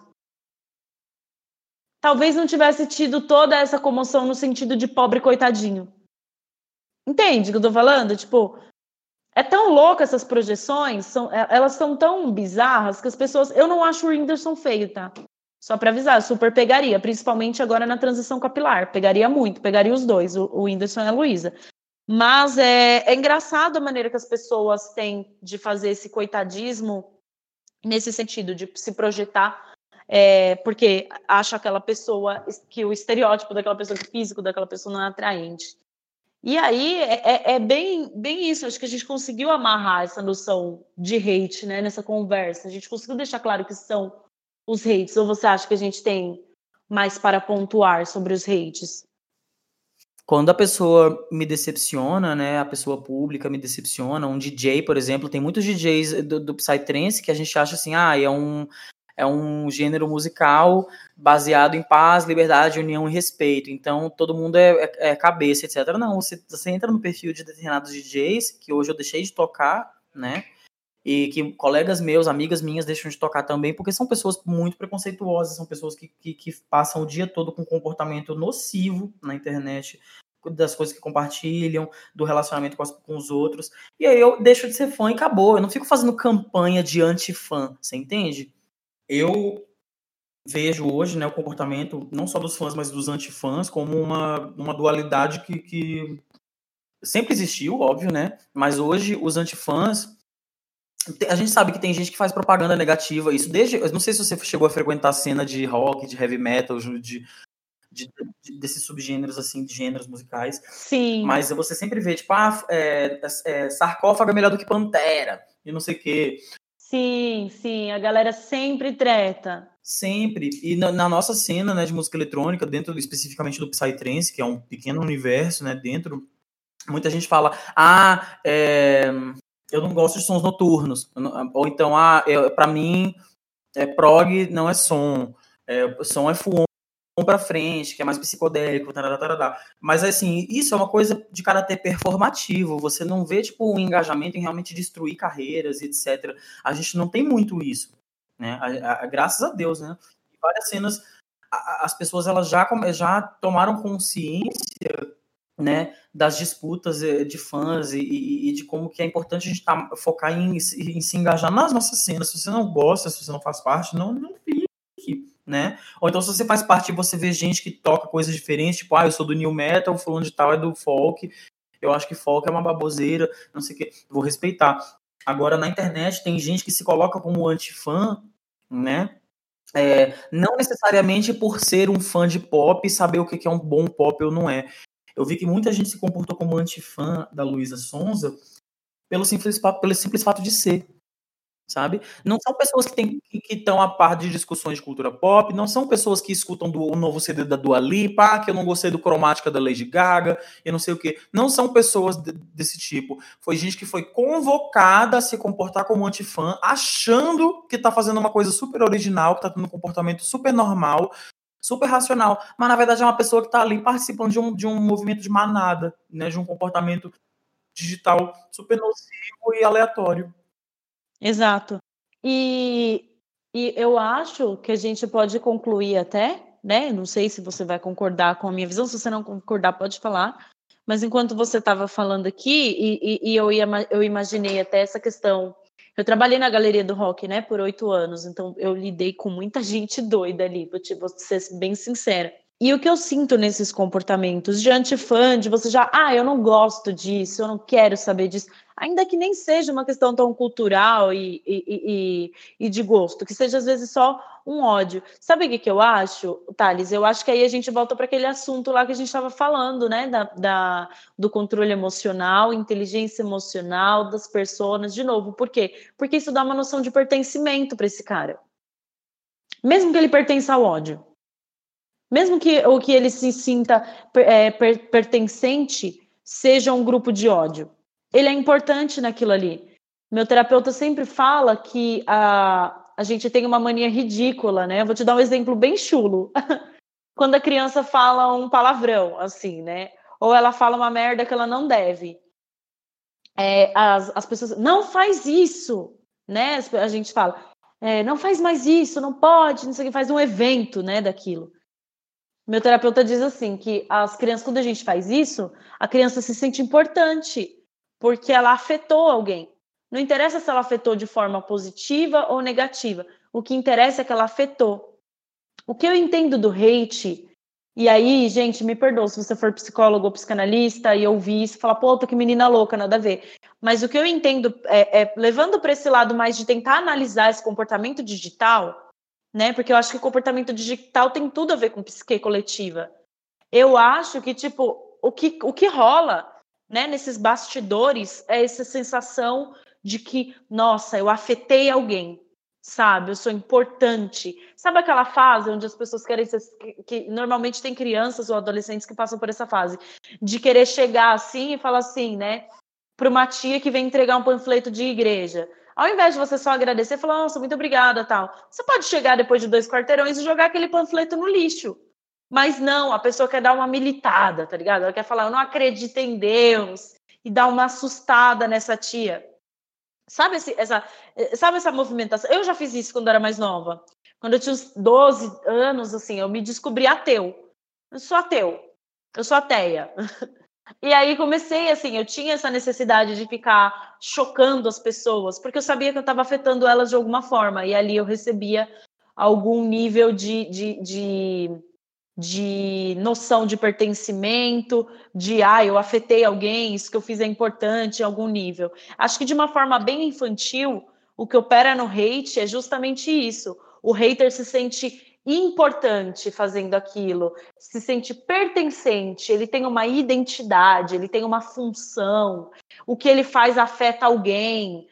S1: talvez não tivesse tido toda essa comoção no sentido de pobre coitadinho. Entende o que eu tô falando? Tipo, é tão louco essas projeções, elas são tão bizarras que as pessoas... Eu não acho o Whindersson feio, tá? Só pra avisar, super pegaria, principalmente agora na transição capilar. Pegaria muito, pegaria os dois, o Whindersson e a Luísa. Mas é engraçado a maneira que as pessoas têm de fazer esse coitadismo nesse sentido, de se projetar, porque acha aquela pessoa, que o estereótipo daquela pessoa, que o físico daquela pessoa não é atraente. E aí é bem, bem isso. Acho que a gente conseguiu amarrar essa noção de hate, né, nessa conversa. A gente conseguiu deixar claro que são os hates. Ou você acha que a gente tem mais para pontuar sobre os hates?
S2: Quando a pessoa me decepciona, né, a pessoa pública me decepciona, um DJ, por exemplo, tem muitos DJs do Psytrance que a gente acha assim, é um gênero musical baseado em paz, liberdade, união e respeito. Então, todo mundo é cabeça, etc. Não, você entra no perfil de determinados DJs, que hoje eu deixei de tocar, né? E que colegas meus, amigas minhas deixam de tocar também, porque são pessoas muito preconceituosas, são pessoas que passam o dia todo com comportamento nocivo na internet, das coisas que compartilham, do relacionamento com os outros. E aí eu deixo de ser fã e acabou. Eu não fico fazendo campanha de anti-fã, você entende? Eu vejo hoje, né, o comportamento não só dos fãs, mas dos antifãs como uma dualidade que sempre existiu, óbvio, né? Mas hoje os antifãs, a gente sabe que tem gente que faz propaganda negativa, isso desde, eu não sei se você chegou a frequentar a cena de rock, de heavy metal, desses subgêneros, assim, de gêneros musicais.
S1: Sim.
S2: Mas você sempre vê, tipo, sarcófago é melhor do que Pantera, e não sei o quê.
S1: Sim, sim, a galera sempre treta.
S2: Sempre. E na nossa cena, né, de música eletrônica, dentro especificamente do Psytrance, que é um pequeno universo, né, dentro, muita gente fala, eu não gosto de sons noturnos. Ou então, pra mim, prog não é som. Som é full pra frente, que é mais psicodélico, tarará, tarará. Mas, assim, isso é uma coisa de caráter performativo. Você não vê, tipo, um engajamento em realmente destruir carreiras, etc. A gente não tem muito isso, né? Graças a Deus, né? Em várias cenas, as pessoas elas já tomaram consciência, né, das disputas de fãs e de como que é importante a gente focar em se engajar nas nossas cenas. Se você não gosta, se você não faz parte, não fique, né? Ou então, se você faz parte e você vê gente que toca coisas diferentes, tipo, eu sou do new metal, fulano de tal é do folk, eu acho que folk é uma baboseira, não sei o que, vou respeitar. Agora, na internet, tem gente que se coloca como anti-fã, né? Não necessariamente por ser um fã de pop e saber o que é um bom pop ou não é. Eu vi que muita gente se comportou como anti-fã da Luísa Sonza pelo simples fato de ser, sabe? Não são pessoas que estão a par de discussões de cultura pop, não são pessoas que escutam o novo CD da Dua Lipa, que eu não gostei do Cromática da Lady Gaga, e não sei o quê. Não são pessoas desse tipo. Foi gente que foi convocada a se comportar como anti-fã, achando que tá fazendo uma coisa super original, que tá tendo um comportamento super normal, super racional, mas na verdade é uma pessoa que está ali participando de um movimento de manada, né, de um comportamento digital super nocivo e aleatório.
S1: Exato. E eu acho que a gente pode concluir até, né? Não sei se você vai concordar com a minha visão, se você não concordar, pode falar. Mas enquanto você estava falando aqui, eu imaginei até essa questão. Eu trabalhei na Galeria do Rock, né, por 8 anos, então eu lidei com muita gente doida ali, vou ser bem sincera. E o que eu sinto nesses comportamentos de antifã, de você já, eu não gosto disso, eu não quero saber disso, ainda que nem seja uma questão tão cultural e de gosto, que seja às vezes só um ódio. Sabe o que eu acho, Thales? Eu acho que aí a gente volta para aquele assunto lá que a gente estava falando, né? Do controle emocional, inteligência emocional das pessoas, de novo. Por quê? Porque isso dá uma noção de pertencimento para esse cara. Mesmo que ele pertença ao ódio. Mesmo que o que ele se sinta pertencente seja um grupo de ódio. Ele é importante naquilo ali. Meu terapeuta sempre fala que a gente tem uma mania ridícula, né? Eu vou te dar um exemplo bem chulo. Quando a criança fala um palavrão, assim, né? Ou ela fala uma merda que ela não deve. As pessoas, não faz isso, né? A gente fala, não faz mais isso, não pode, não sei o que, faz um evento, né, daquilo. Meu terapeuta diz assim, que as crianças, quando a gente faz isso, a criança se sente importante, porque ela afetou alguém. Não interessa se ela afetou de forma positiva ou negativa. O que interessa é que ela afetou. O que eu entendo do hate, e aí, gente, me perdoa se você for psicólogo ou psicanalista e ouvir isso e falar, pô, que menina louca, nada a ver. Mas o que eu entendo levando para esse lado mais de tentar analisar esse comportamento digital, né? Porque eu acho que o comportamento digital tem tudo a ver com psique coletiva. Eu acho que, tipo, o que rola, né, nesses bastidores é essa sensação de que, nossa, eu afetei alguém, sabe? Eu sou importante. Sabe aquela fase onde as pessoas querem ser, que normalmente tem crianças ou adolescentes que passam por essa fase, de querer chegar assim e falar assim, né, para uma tia que vem entregar um panfleto de igreja. Ao invés de você só agradecer e falar, nossa, muito obrigada, tal, você pode chegar depois de 2 quarteirões e jogar aquele panfleto no lixo. Mas não, a pessoa quer dar uma militada, tá ligado? Ela quer falar, eu não acredito em Deus, e dar uma assustada nessa tia. Sabe essa movimentação? Eu já fiz isso quando eu era mais nova. Quando eu tinha uns 12 anos, assim, eu me descobri ateu. Eu sou ateu. Eu sou ateia. E aí comecei, assim, eu tinha essa necessidade de ficar chocando as pessoas, porque eu sabia que eu estava afetando elas de alguma forma, e ali eu recebia algum nível de noção de pertencimento, eu afetei alguém, isso que eu fiz é importante em algum nível. Acho que de uma forma bem infantil, o que opera no hate é justamente isso. O hater se sente importante fazendo aquilo, se sente pertencente, ele tem uma identidade, ele tem uma função, o que ele faz afeta alguém,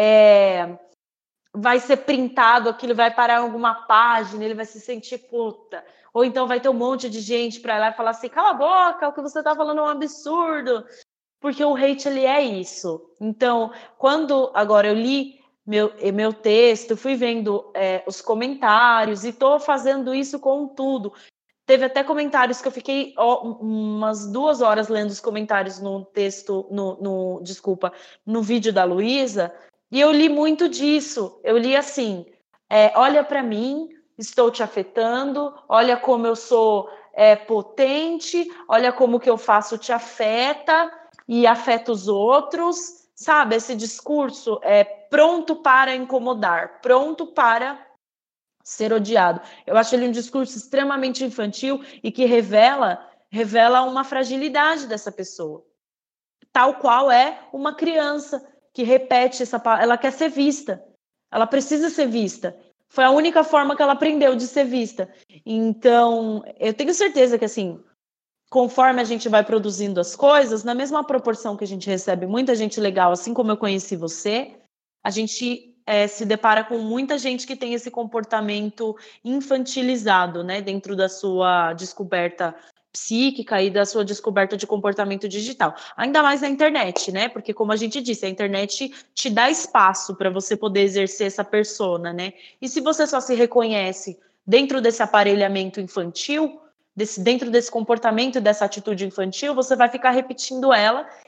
S1: vai ser printado, aquilo vai parar em alguma página, ele vai se sentir puta. Ou então vai ter um monte de gente para ir lá e falar assim, cala a boca, o que você tá falando é um absurdo. Porque o hate, ele é isso. Então, quando agora eu li meu texto, fui vendo os comentários e tô fazendo isso com tudo. Teve até comentários que eu fiquei umas 2 horas lendo os comentários no texto, no vídeo da Luísa, e eu li muito disso. Eu li assim, olha para mim, estou te afetando, olha como eu sou potente, olha como o que eu faço te afeta e afeta os outros, sabe? Esse discurso é pronto para incomodar, pronto para ser odiado. Eu acho ele um discurso extremamente infantil e que revela uma fragilidade dessa pessoa. Tal qual é uma criança que repete essa palavra, ela quer ser vista. Ela precisa ser vista. Foi a única forma que ela aprendeu de ser vista. Então, eu tenho certeza que, assim, conforme a gente vai produzindo as coisas, na mesma proporção que a gente recebe muita gente legal, assim como eu conheci você, a gente se depara com muita gente que tem esse comportamento infantilizado, né, dentro da sua descoberta psíquica e da sua descoberta de comportamento digital. Ainda mais na internet, né? Porque, como a gente disse, a internet te dá espaço para você poder exercer essa persona, né? E se você só se reconhece dentro desse aparelhamento infantil, dentro desse comportamento, dessa atitude infantil, você vai ficar repetindo ela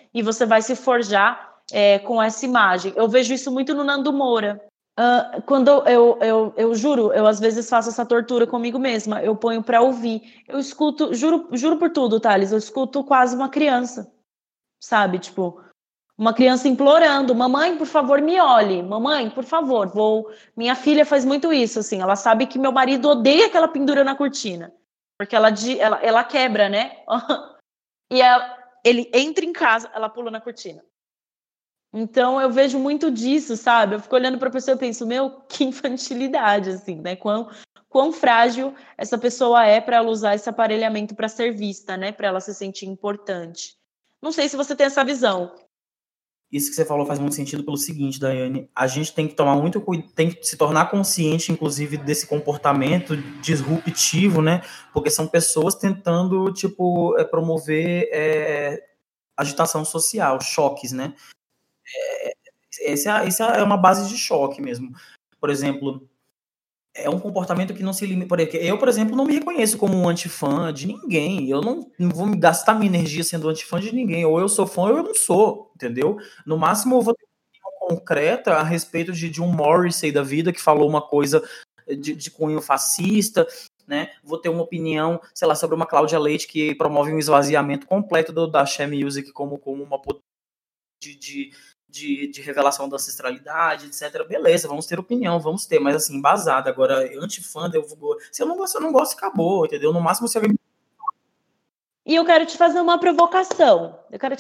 S1: e você vai se forjar com essa imagem. Eu vejo isso muito no Nando Moura. Quando eu juro, eu às vezes faço essa tortura comigo mesma, eu ponho para ouvir, eu escuto, juro por tudo, Thales, eu escuto quase uma criança, sabe, tipo, uma criança implorando, mamãe, por favor, me olhe, mamãe, por favor, minha filha faz muito isso, assim, ela sabe que meu marido odeia aquela pendura na cortina, porque ela quebra, né, e ele entra em casa, ela pula na cortina. Então, eu vejo muito disso, sabe? Eu fico olhando para a pessoa e penso, meu, que infantilidade, assim, né? Quão frágil essa pessoa é para ela usar esse aparelhamento para ser vista, né? Para ela se sentir importante. Não sei se você tem essa visão.
S2: Isso que você falou faz muito sentido pelo seguinte, Daiane, a gente tem que tomar muito cuidado, tem que se tornar consciente, inclusive, desse comportamento disruptivo, né? Porque são pessoas tentando, tipo, promover agitação social, choques, né? Essa é uma base de choque mesmo. Por exemplo, é um comportamento que não se limita. Eu, por exemplo, não me reconheço como um antifã de ninguém. Eu não vou me gastar minha energia sendo antifã de ninguém. Ou eu sou fã ou eu não sou, entendeu? No máximo, eu vou ter uma opinião concreta a respeito de um Morrissey da vida que falou uma coisa de cunho fascista, né? Vou ter uma opinião, sei lá, sobre uma Cláudia Leite que promove um esvaziamento completo da She Music como uma de revelação da ancestralidade, etc. Beleza, vamos ter opinião, vamos ter, mas assim, embasada. Agora, antifã, se eu não gosto, acabou, entendeu? No máximo, se alguém...
S1: E eu quero te fazer uma provocação.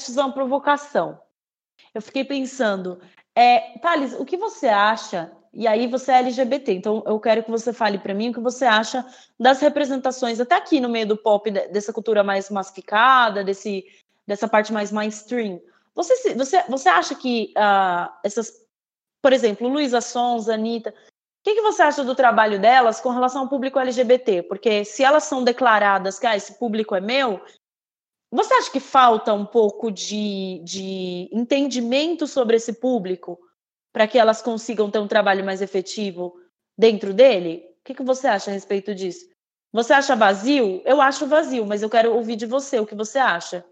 S1: Eu fiquei pensando, Thales, o que você acha? E aí você é LGBT, então eu quero que você fale para mim o que você acha das representações, até aqui no meio do pop, dessa cultura mais massificada, dessa parte mais mainstream. Você acha que essas, por exemplo, Luísa Sonza, Anitta, o que você acha do trabalho delas com relação ao público LGBT? Porque se elas são declaradas que esse público é meu, você acha que falta um pouco de entendimento sobre esse público para que elas consigam ter um trabalho mais efetivo dentro dele? O que você acha a respeito disso? Você acha vazio? Eu acho vazio, mas eu quero ouvir de você o que você acha.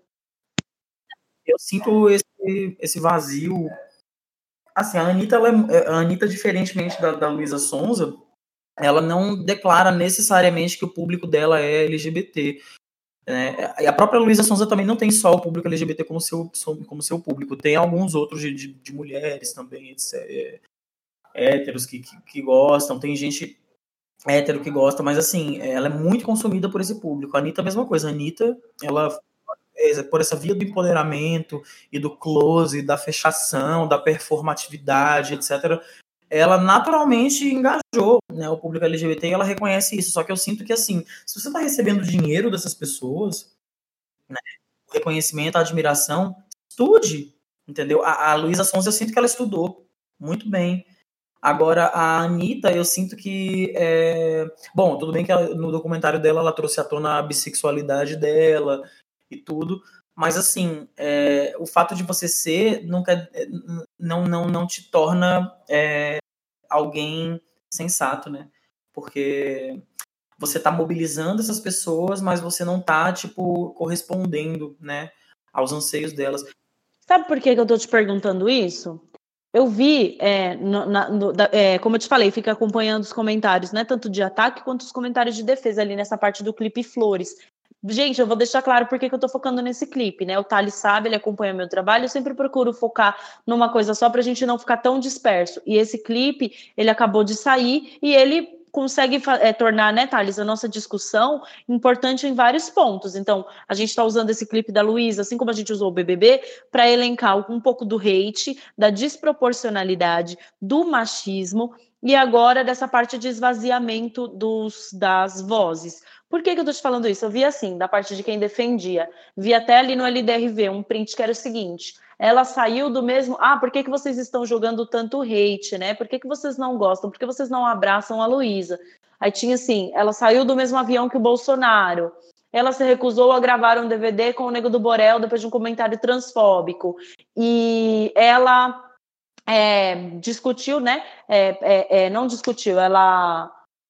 S2: Eu sinto esse vazio. Assim, a Anitta, diferentemente da Luísa Sonza, ela não declara necessariamente que o público dela é LGBT. E a própria Luísa Sonza também não tem só o público LGBT como seu público. Tem alguns outros de mulheres também, héteros que gostam. Tem gente hétero que gosta, mas assim, ela é muito consumida por esse público. A Anitta, a mesma coisa. A Anitta, ela, por essa via do empoderamento e do close, da fechação, da performatividade, etc., ela naturalmente engajou, né, o público LGBT, e ela reconhece isso. Só que eu sinto que, assim, se você está recebendo dinheiro dessas pessoas, né, o reconhecimento, a admiração, estude, entendeu? A Luísa Sonza, eu sinto que ela estudou muito bem. Agora, a Anitta, eu sinto que... Bom, tudo bem que no documentário dela ela trouxe à tona a bissexualidade dela e tudo, mas, assim, o fato de você ser não te torna alguém sensato, né? Porque você tá mobilizando essas pessoas, mas você não tá, tipo, correspondendo, né, aos anseios delas.
S1: Sabe por que eu tô te perguntando isso? Eu vi, como eu te falei, fica acompanhando os comentários, né, tanto de ataque quanto os comentários de defesa ali nessa parte do clipe Flores. Gente, eu vou deixar claro por que eu tô focando nesse clipe, né? O Thales sabe, ele acompanha meu trabalho, eu sempre procuro focar numa coisa só pra gente não ficar tão disperso. E esse clipe, ele acabou de sair e ele consegue tornar, né, Thales, a nossa discussão importante em vários pontos. Então, a gente está usando esse clipe da Luísa, assim como a gente usou o BBB, para elencar um pouco do hate, da desproporcionalidade, do machismo e agora dessa parte de esvaziamento das vozes. Por que eu tô te falando isso? Eu vi assim, da parte de quem defendia. Vi até ali no LDRV um print que era o seguinte: ela saiu do mesmo... por que vocês estão jogando tanto hate, né? Por que vocês não gostam? Por que vocês não abraçam a Luísa? Aí tinha assim, ela saiu do mesmo avião que o Bolsonaro. Ela se recusou a gravar um DVD com o Nego do Borel depois de um comentário transfóbico. E ela discutiu, né? Não discutiu,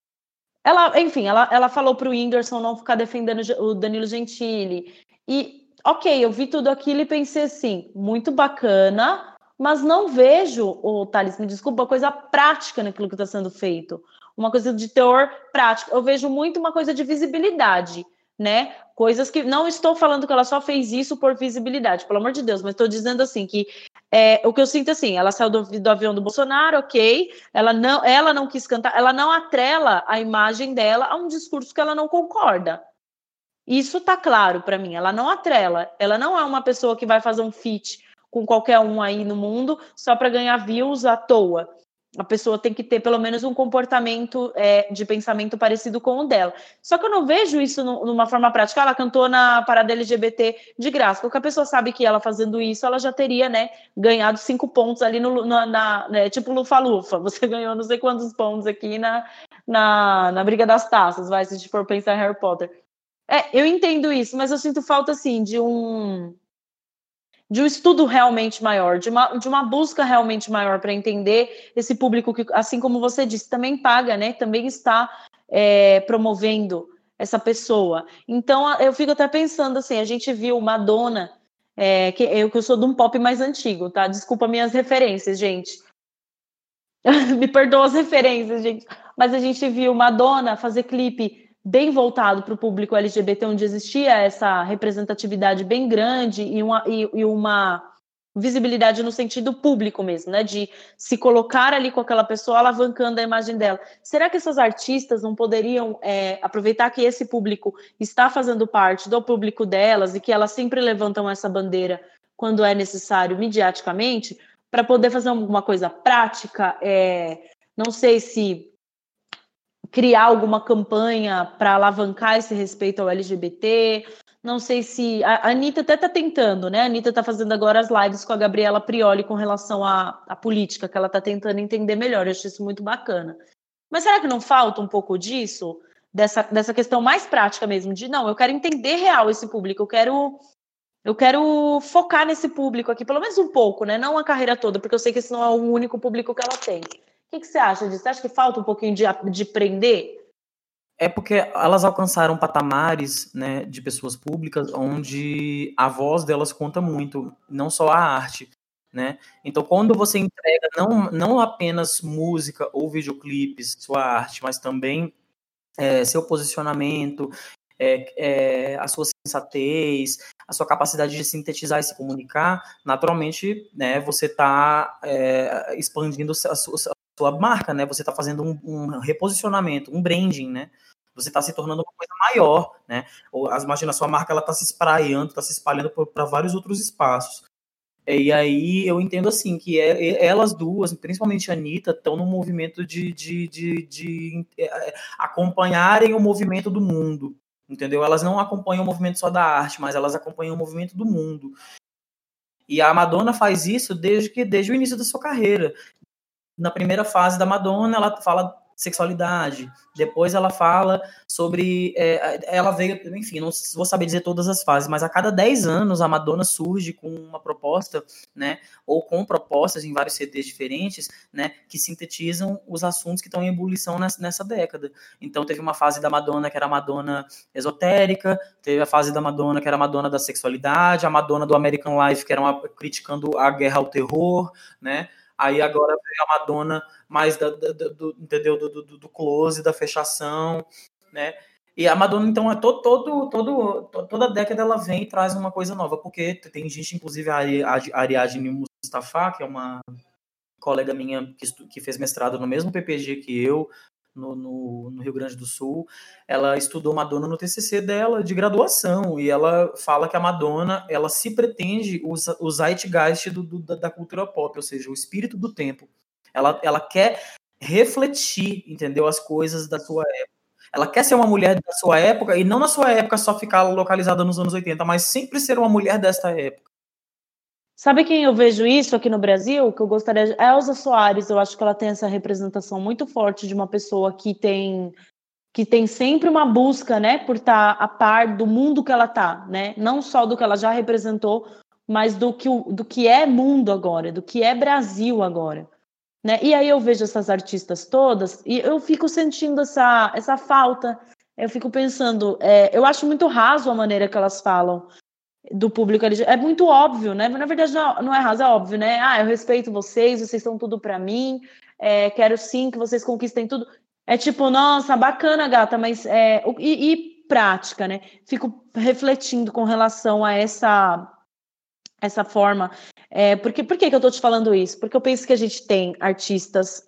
S1: enfim, ela falou para o Whindersson não ficar defendendo o Danilo Gentili. E ok, eu vi tudo aquilo e pensei assim, muito bacana, mas não vejo, Thales, me desculpa, coisa prática naquilo que está sendo feito. Uma coisa de teor prático. Eu vejo muito uma coisa de visibilidade, né? Coisas que não estou falando que ela só fez isso por visibilidade, pelo amor de Deus, mas estou dizendo assim que o que eu sinto assim, ela saiu do avião do Bolsonaro, ok, ela não quis cantar, ela não atrela a imagem dela a um discurso que ela não concorda. Isso tá claro para mim, ela não atrela, ela não é uma pessoa que vai fazer um feat com qualquer um aí no mundo só para ganhar views à toa. A pessoa tem que ter pelo menos um comportamento de pensamento parecido com o dela. Só que eu não vejo isso numa forma prática. Ela cantou na parada LGBT de graça, porque a pessoa sabe que ela fazendo isso, ela já teria, né, ganhado 5 pontos ali tipo Lufa-Lufa. Você ganhou não sei quantos pontos aqui na Briga das Taças, vai, se a gente for pensar em Harry Potter. Eu entendo isso, mas eu sinto falta, assim, de um estudo realmente maior, de uma busca realmente maior para entender esse público que, assim como você disse, também paga, né? Também está promovendo essa pessoa. Então, eu fico até pensando, assim, a gente viu Madonna, que eu sou de um pop mais antigo, tá? Desculpa minhas referências, gente. Me perdoa as referências, gente. Mas a gente viu Madonna fazer clipe bem voltado para o público LGBT, onde existia essa representatividade bem grande e uma visibilidade no sentido público mesmo, né? De se colocar ali com aquela pessoa, alavancando a imagem dela. Será que essas artistas não poderiam aproveitar que esse público está fazendo parte do público delas e que elas sempre levantam essa bandeira quando é necessário mediaticamente, para poder fazer alguma coisa prática? Não sei se criar alguma campanha para alavancar esse respeito ao LGBT. Não sei se... A Anitta até está tentando, né? A Anitta está fazendo agora as lives com a Gabriela Prioli com relação à política, que ela está tentando entender melhor. Eu acho isso muito bacana. Mas será que não falta um pouco disso? Dessa questão mais prática mesmo, de não, eu quero entender real esse público, eu quero focar nesse público aqui, pelo menos um pouco, né? Não a carreira toda, porque eu sei que esse não é o único público que ela tem. O que você acha disso? Você acha que falta um pouquinho de prender?
S2: É porque elas alcançaram patamares, né, de pessoas públicas onde a voz delas conta muito, não só a arte, né? Então, quando você entrega não apenas música ou videoclipes, sua arte, mas também seu posicionamento, a sua sensatez, a sua capacidade de sintetizar e se comunicar, naturalmente, né, você está expandindo a sua marca, né? Você está fazendo um reposicionamento, um branding, né? Você está se tornando uma coisa maior, né? Imagina, a sua marca ela está se espraiando, está se espalhando para vários outros espaços. E aí eu entendo assim que elas duas, principalmente a Anitta, estão no movimento de acompanharem o movimento do mundo, entendeu? Elas não acompanham o movimento só da arte, mas elas acompanham o movimento do mundo. E a Madonna faz isso desde o início da sua carreira. Na primeira fase da Madonna, ela fala sexualidade. Depois ela fala sobre... ela veio... Enfim, não vou saber dizer todas as fases, mas a cada 10 anos a Madonna surge com uma proposta, né? Ou com propostas em vários CDs diferentes, né? Que sintetizam os assuntos que estão em ebulição nessa década. Então teve uma fase da Madonna que era a Madonna esotérica, teve a fase da Madonna que era a Madonna da sexualidade, a Madonna do American Life, que era criticando a guerra ao terror, né? Aí agora veio a Madonna mais do close, da fechação, né? E a Madonna, então, toda década ela vem e traz uma coisa nova, porque tem gente, inclusive a Ariadne Mustafa, que é uma colega minha que fez mestrado no mesmo PPG que eu, no Rio Grande do Sul, ela estudou Madonna no TCC dela de graduação, e ela fala que a Madonna, ela se pretende o zeitgeist da cultura pop, ou seja, o espírito do tempo. Ela quer refletir, entendeu, as coisas da sua época. Ela quer ser uma mulher da sua época, e não na sua época só ficar localizada nos anos 80, mas sempre ser uma mulher desta época.
S1: Sabe quem eu vejo isso aqui no Brasil? Que eu gostaria de... Elza Soares, eu acho que ela tem essa representação muito forte de uma pessoa que tem sempre uma busca, né, por estar a par do mundo que ela está, né? Não só do que ela já representou, mas do que é mundo agora, do que é Brasil agora, né? E aí eu vejo essas artistas todas e eu fico sentindo essa falta. Eu fico pensando, eu acho muito raso a maneira que elas falam. do público LGBT. É muito óbvio, né? Na verdade, não é raso, é óbvio, né? Eu respeito vocês são tudo para mim, quero sim que vocês conquistem tudo. É tipo, nossa, bacana, gata, mas e prática, né? Fico refletindo com relação a essa forma. Por que eu tô te falando isso? Porque eu penso que a gente tem artistas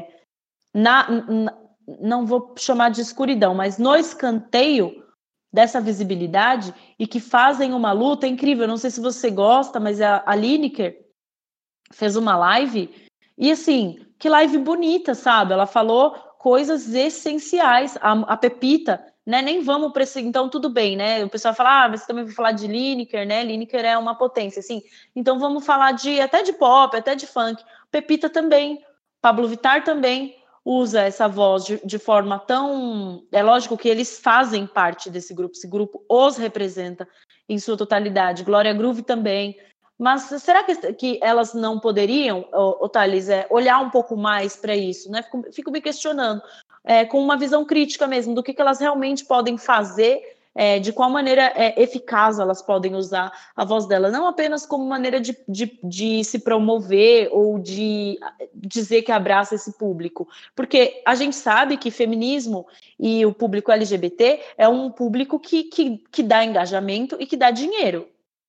S1: não vou chamar de escuridão, mas no escanteio dessa visibilidade e que fazem uma luta incrível. Não sei se você gosta, mas a Lineker fez uma live e assim, que live bonita, sabe? Ela falou coisas essenciais. A Pepita, né? Nem vamos para esse, então tudo bem, né? O pessoal fala, mas você também vai falar de Lineker, né? Lineker é uma potência, assim. Então vamos falar até de pop, até de funk. Pepita também, Pablo Vittar também usa essa voz de forma tão... É lógico que eles fazem parte desse grupo, esse grupo os representa em sua totalidade. Glória Groove também. Mas será que elas não poderiam, Thales, olhar um pouco mais para isso, né? Fico me questionando, com uma visão crítica mesmo, do que elas realmente podem fazer, de qual maneira eficaz elas podem usar a voz dela, não apenas como maneira de se promover ou de dizer que abraça esse público, porque a gente sabe que feminismo e o público LGBT é um público que dá engajamento e que dá dinheiro,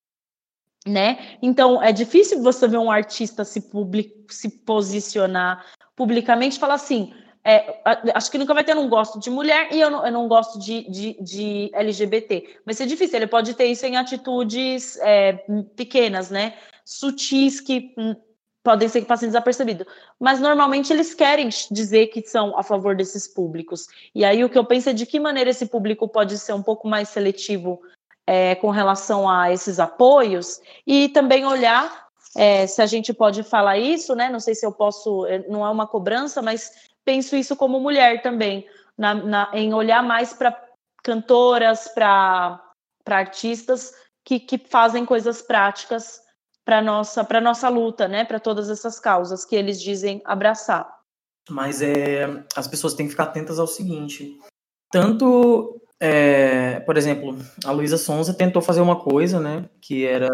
S1: né? Então é difícil você ver um artista se posicionar publicamente e falar assim, acho que nunca vai ter, eu não gosto de mulher e eu não gosto de LGBT. Vai ser difícil, ele pode ter isso em atitudes pequenas, né? Sutis que podem ser que passem desapercebido. Mas normalmente eles querem dizer que são a favor desses públicos. E aí o que eu penso é de que maneira esse público pode ser um pouco mais seletivo com relação a esses apoios, e também olhar se a gente pode falar isso, né? Não sei se eu posso, não é uma cobrança, mas penso isso como mulher também, em olhar mais para cantoras, para artistas que fazem coisas práticas para nossa luta, né? Para todas essas causas que eles dizem abraçar.
S2: Mas as pessoas têm que ficar atentas ao seguinte: tanto, por exemplo, a Luísa Sonza tentou fazer uma coisa, né? Que era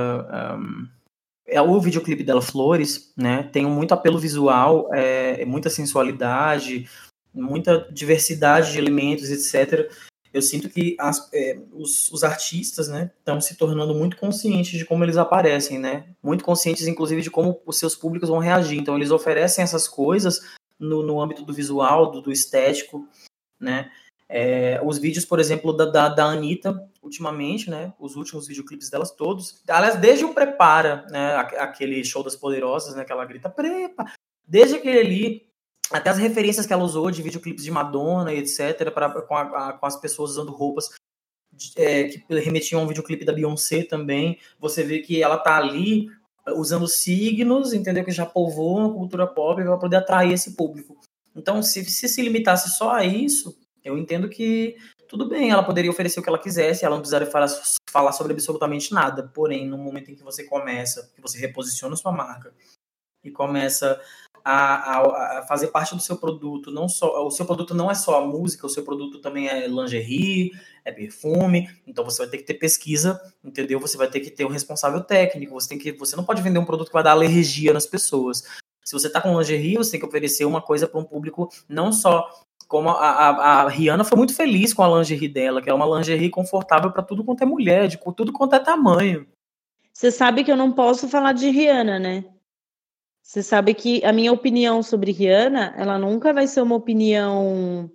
S2: o videoclipe dela, Flores, né? Tem muito apelo visual, muita sensualidade, muita diversidade de elementos, etc. Eu sinto que os artistas, né, estão se tornando muito conscientes de como eles aparecem, né? Muito conscientes, inclusive, de como os seus públicos vão reagir. Então, eles oferecem essas coisas no âmbito do visual, do estético, né? Os vídeos, por exemplo, da Anitta, ultimamente, né? Os últimos videoclipes delas todos. Aliás, desde o Prepara, né? Aquele Show das Poderosas, né? Que ela grita, Prepa! Desde aquele ali, até as referências que ela usou de videoclipes de Madonna e etc., com as pessoas usando roupas que remetiam a um videoclipe da Beyoncé também. Você vê que ela tá ali usando signos, entendeu? Que já povoam a cultura pop para poder atrair esse público. Então, se limitasse só a isso, eu entendo que tudo bem, ela poderia oferecer o que ela quisesse, ela não precisaria falar sobre absolutamente nada. Porém, no momento em que você começa, que você reposiciona sua marca e começa a fazer parte do seu produto, o seu produto não é só a música, o seu produto também é lingerie, é perfume, então você vai ter que ter pesquisa, entendeu? Você vai ter que ter um responsável técnico, você não pode vender um produto que vai dar alergia nas pessoas. Se você está com lingerie, você tem que oferecer uma coisa para um público não só como a Rihanna foi muito feliz com a lingerie dela, que é uma lingerie confortável para tudo quanto é mulher, de tudo quanto é tamanho.
S1: Você sabe que eu não posso falar de Rihanna, né? Você sabe que a minha opinião sobre Rihanna, ela nunca vai ser uma opinião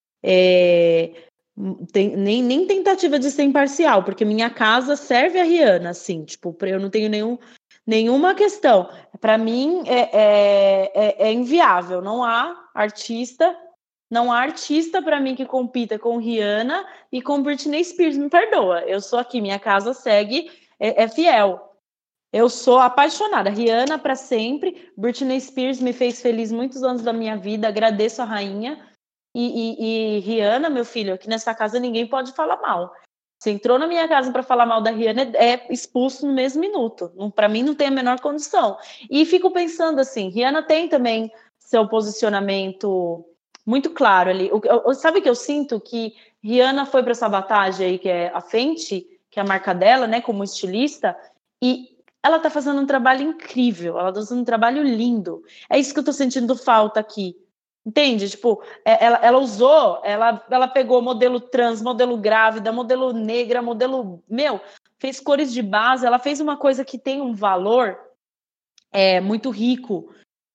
S1: nem tentativa de ser imparcial, porque minha casa serve a Rihanna, assim, tipo, eu não tenho nenhuma questão. Para mim é inviável, não há artista para mim que compita com Rihanna e com Britney Spears, me perdoa. Eu sou aqui, minha casa segue, é fiel. Eu sou apaixonada, Rihanna para sempre, Britney Spears me fez feliz muitos anos da minha vida, agradeço a rainha, e Rihanna, meu filho, aqui nessa casa ninguém pode falar mal. Você entrou na minha casa para falar mal da Rihanna, é expulso no mesmo minuto, para mim não tem a menor condição. E fico pensando assim, Rihanna tem também seu posicionamento muito claro ali. Sabe que eu sinto que Rihanna foi para essa batalha aí, que é a Fenty, que é a marca dela, né, como estilista, e ela tá fazendo um trabalho incrível, ela tá fazendo um trabalho lindo. É isso que eu tô sentindo falta aqui. Entende? Tipo, ela usou, ela pegou modelo trans, modelo grávida, modelo negra, modelo... fez cores de base, ela fez uma coisa que tem um valor muito rico.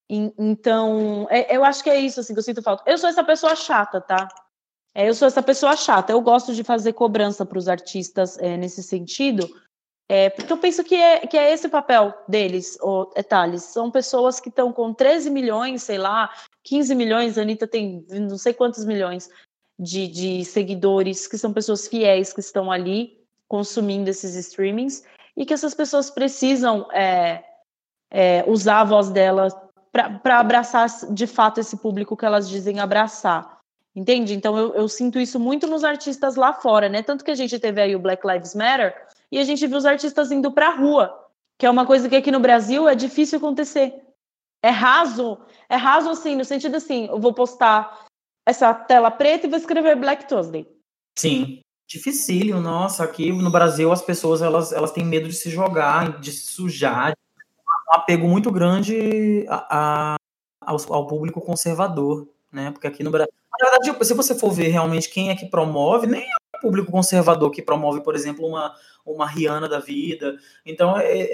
S1: Então, eu acho que é isso, assim, que eu sinto falta. Eu sou essa pessoa chata, tá? Eu sou essa pessoa chata. Eu gosto de fazer cobrança para os artistas nesse sentido, porque eu penso que é esse o papel deles, Thales. São pessoas que estão com 13 milhões, sei lá, 15 milhões, a Anitta tem não sei quantos milhões de seguidores, que são pessoas fiéis que estão ali consumindo esses streamings, e que essas pessoas precisam usar a voz delas para abraçar de fato esse público que elas dizem abraçar. Entende? Então eu sinto isso muito nos artistas lá fora, né? Tanto que a gente teve aí o Black Lives Matter e a gente viu os artistas indo pra rua, que é uma coisa que aqui no Brasil é difícil acontecer. É raso assim, no sentido assim, eu vou postar essa tela preta e vou escrever Black Tuesday.
S2: Sim, dificílimo, nossa, aqui no Brasil as pessoas elas têm medo de se jogar, de se sujar, um apego muito grande ao público conservador, né? Porque aqui no Brasil, na verdade, se você for ver realmente quem é que promove, nem é o público conservador que promove, por exemplo, uma Rihanna da vida. Então,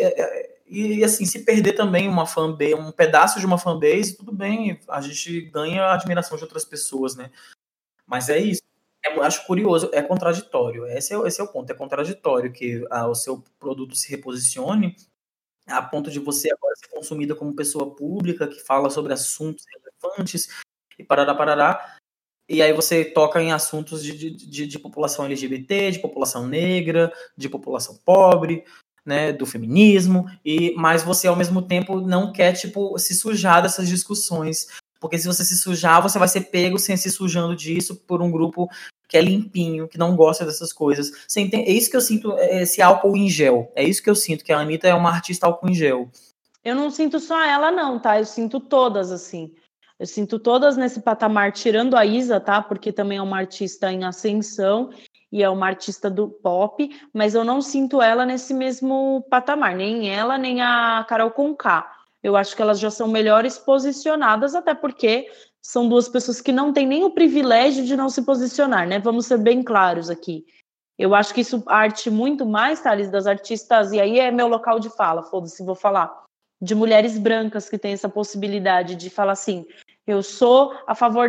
S2: e assim, se perder também uma fanbase, um pedaço de uma fanbase, tudo bem, a gente ganha a admiração de outras pessoas, né? Mas é isso. Eu acho curioso, é contraditório. Esse é o ponto, é contraditório que o seu produto se reposicione a ponto de você agora ser consumida como pessoa pública que fala sobre assuntos relevantes e parará. E aí você toca em assuntos de população LGBT, de população negra, de população pobre, né, do feminismo, mas você ao mesmo tempo não quer tipo se sujar dessas discussões, porque se você se sujar, você vai ser pego sem se sujando disso por um grupo que é limpinho, que não gosta dessas coisas. É isso que eu sinto, esse álcool em gel. É isso que eu sinto, que a Anitta é uma artista álcool em gel.
S1: Eu não sinto só ela, não, tá? Eu sinto todas, assim. Eu sinto todas nesse patamar, tirando a Isa, tá? Porque também é uma artista em ascensão e é uma artista do pop, mas eu não sinto ela nesse mesmo patamar, nem ela, nem a Carol Conká. Eu acho que elas já são melhores posicionadas, até porque são duas pessoas que não têm nem o privilégio de não se posicionar, né? Vamos ser bem claros aqui. Eu acho que isso arte muito mais, Thales, das artistas, e aí é meu local de fala, foda-se, vou falar, de mulheres brancas que têm essa possibilidade de falar assim, eu sou a favor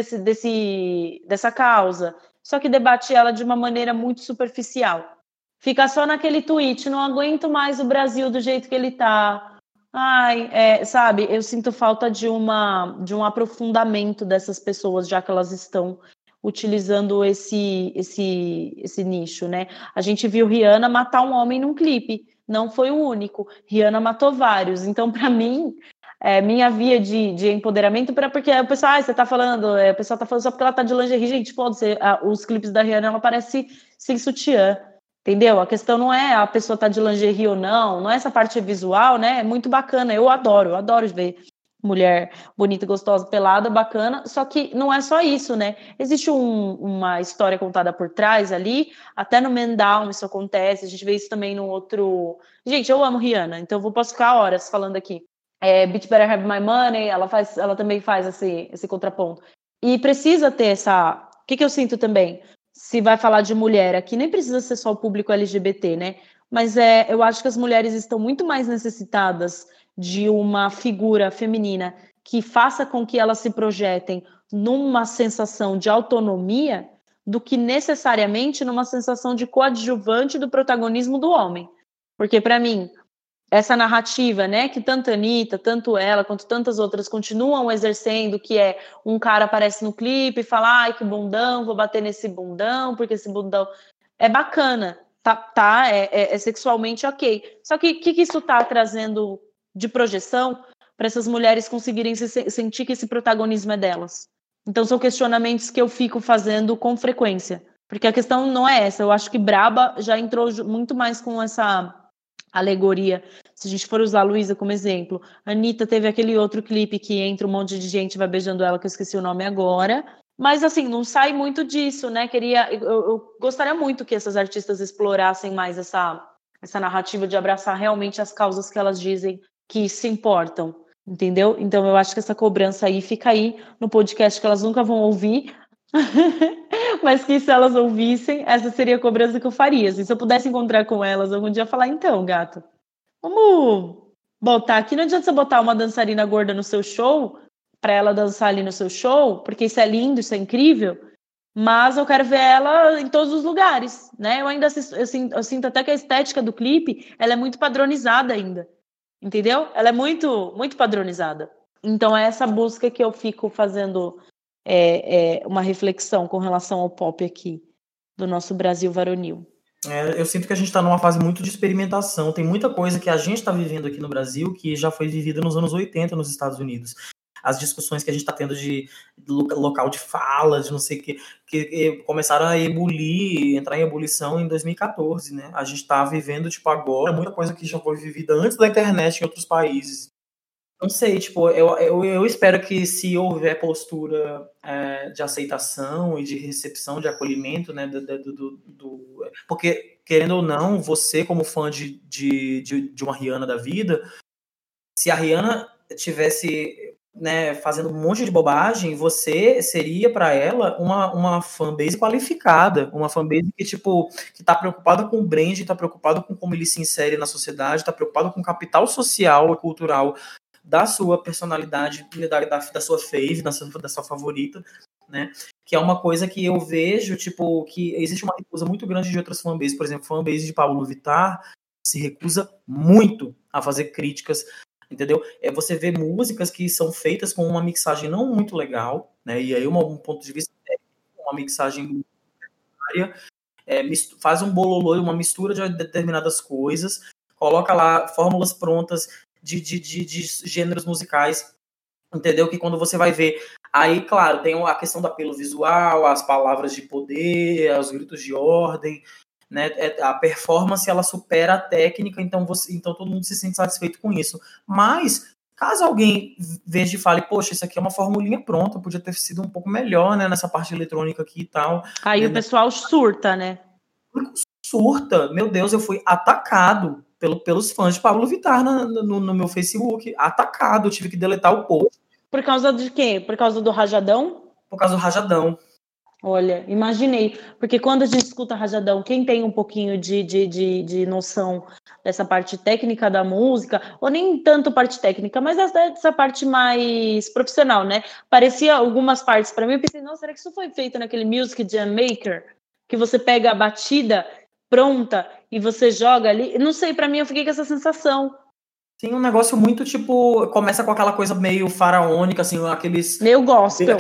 S1: dessa causa, só que debate ela de uma maneira muito superficial. Fica só naquele tweet, não aguento mais o Brasil do jeito que ele tá. Ai, sabe, eu sinto falta de um aprofundamento dessas pessoas, já que elas estão utilizando esse nicho, né? A gente viu Rihanna matar um homem num clipe, não foi o único. Rihanna matou vários. Então, para mim, minha via de empoderamento, porque o pessoal, você tá falando, o pessoal tá falando só porque ela tá de lingerie, gente, foda-se, os clipes da Rihanna, ela parece sem sutiã, entendeu? A questão não é a pessoa tá de lingerie ou não é essa parte visual, né? É muito bacana, eu adoro ver mulher bonita, gostosa, pelada, bacana, só que não é só isso, né? Existe uma história contada por trás ali, até no Man Down isso acontece, a gente vê isso também no outro... Gente, eu amo Rihanna, então eu posso ficar horas falando aqui. Bitch Better Have My Money, ela também faz esse contraponto. E precisa ter essa... O que eu sinto também? Se vai falar de mulher aqui, nem precisa ser só o público LGBT, né? Mas eu acho que as mulheres estão muito mais necessitadas de uma figura feminina que faça com que elas se projetem numa sensação de autonomia do que necessariamente numa sensação de coadjuvante do protagonismo do homem. Porque, para mim, essa narrativa, né, que tanto a Anitta, tanto ela, quanto tantas outras continuam exercendo, que é um cara aparece no clipe e fala, ai, que bundão, vou bater nesse bundão, porque esse bundão é bacana, é sexualmente ok. Só que o que isso está trazendo de projeção para essas mulheres conseguirem sentir que esse protagonismo é delas? Então são questionamentos que eu fico fazendo com frequência, porque a questão não é essa. Eu acho que Braba já entrou muito mais com essa alegoria. Se a gente for usar a Luísa como exemplo, a Anitta teve aquele outro clipe que entra um monte de gente, vai beijando ela, que eu esqueci o nome agora, Mas, assim, não sai muito disso, né? Eu gostaria muito que essas artistas explorassem mais essa narrativa de abraçar realmente as causas que elas dizem que se importam, entendeu? Então, eu acho que essa cobrança aí fica aí no podcast que elas nunca vão ouvir, mas que se elas ouvissem, essa seria a cobrança que eu faria. Assim, se eu pudesse encontrar com elas algum dia, falar, então, gato, vamos botar aqui. Não adianta você botar uma dançarina gorda no seu show, para ela dançar ali no seu show, porque isso é lindo, isso é incrível, mas eu quero ver ela em todos os lugares, né? Eu ainda assisto, eu sinto até que a estética do clipe, ela é muito padronizada ainda, entendeu? Ela é muito, muito padronizada. Então é essa busca que eu fico fazendo uma reflexão com relação ao pop aqui, do nosso Brasil varonil.
S2: Eu sinto que a gente está numa fase muito de experimentação. Tem muita coisa que a gente está vivendo aqui no Brasil que já foi vivida nos anos 80 nos Estados Unidos. As discussões que a gente está tendo de local de fala, de não sei o que começaram a entrar em ebulição em 2014, né? A gente está vivendo, tipo, agora, muita coisa que já foi vivida antes da internet em outros países. Não sei, tipo, eu espero que se houver postura de aceitação e de recepção, de acolhimento, né, porque, querendo ou não, você como fã de uma Rihanna da vida, se a Rihanna tivesse, né, fazendo um monte de bobagem, você seria para ela uma fanbase qualificada, uma fanbase que, tipo, que tá preocupada com o brand, tá preocupada com como ele se insere na sociedade, tá preocupado com o capital social e cultural da sua personalidade, da sua fave, da sua favorita, né? Que é uma coisa que eu vejo, tipo, que existe uma recusa muito grande de outras fanbases. Por exemplo, fanbase de Pablo Vittar se recusa muito a fazer críticas, entendeu? Você vê músicas que são feitas com uma mixagem não muito legal, né? E aí um ponto de vista técnico, uma mixagem faz um bololô, uma mistura de determinadas coisas, coloca lá fórmulas prontas de gêneros musicais, entendeu? Que quando você vai ver, aí, claro, tem a questão do apelo visual, as palavras de poder, os gritos de ordem, né? A performance, ela supera a técnica, então todo mundo se sente satisfeito com isso. Mas, caso alguém veja e fale, poxa, isso aqui é uma formulinha pronta, podia ter sido um pouco melhor, né, nessa parte eletrônica aqui e tal.
S1: Aí
S2: né?
S1: O pessoal surta, né?
S2: Surta, meu Deus, eu fui atacado pelos fãs de Pablo Vittar no meu Facebook, atacado, eu tive que deletar o post.
S1: Por causa de quê? Por causa do Rajadão?
S2: Por causa do Rajadão.
S1: Olha, imaginei, porque quando a gente escuta Rajadão, quem tem um pouquinho de noção dessa parte técnica da música, ou nem tanto parte técnica, mas dessa parte mais profissional, né? Parecia algumas partes para mim, eu pensei, nossa, será que isso foi feito naquele Music Jam Maker? Que você pega a batida pronta e você joga ali? Não sei, para mim eu fiquei com essa sensação.
S2: Tem um negócio muito, tipo, começa com aquela coisa meio faraônica, assim, aqueles...
S1: Meio gospel.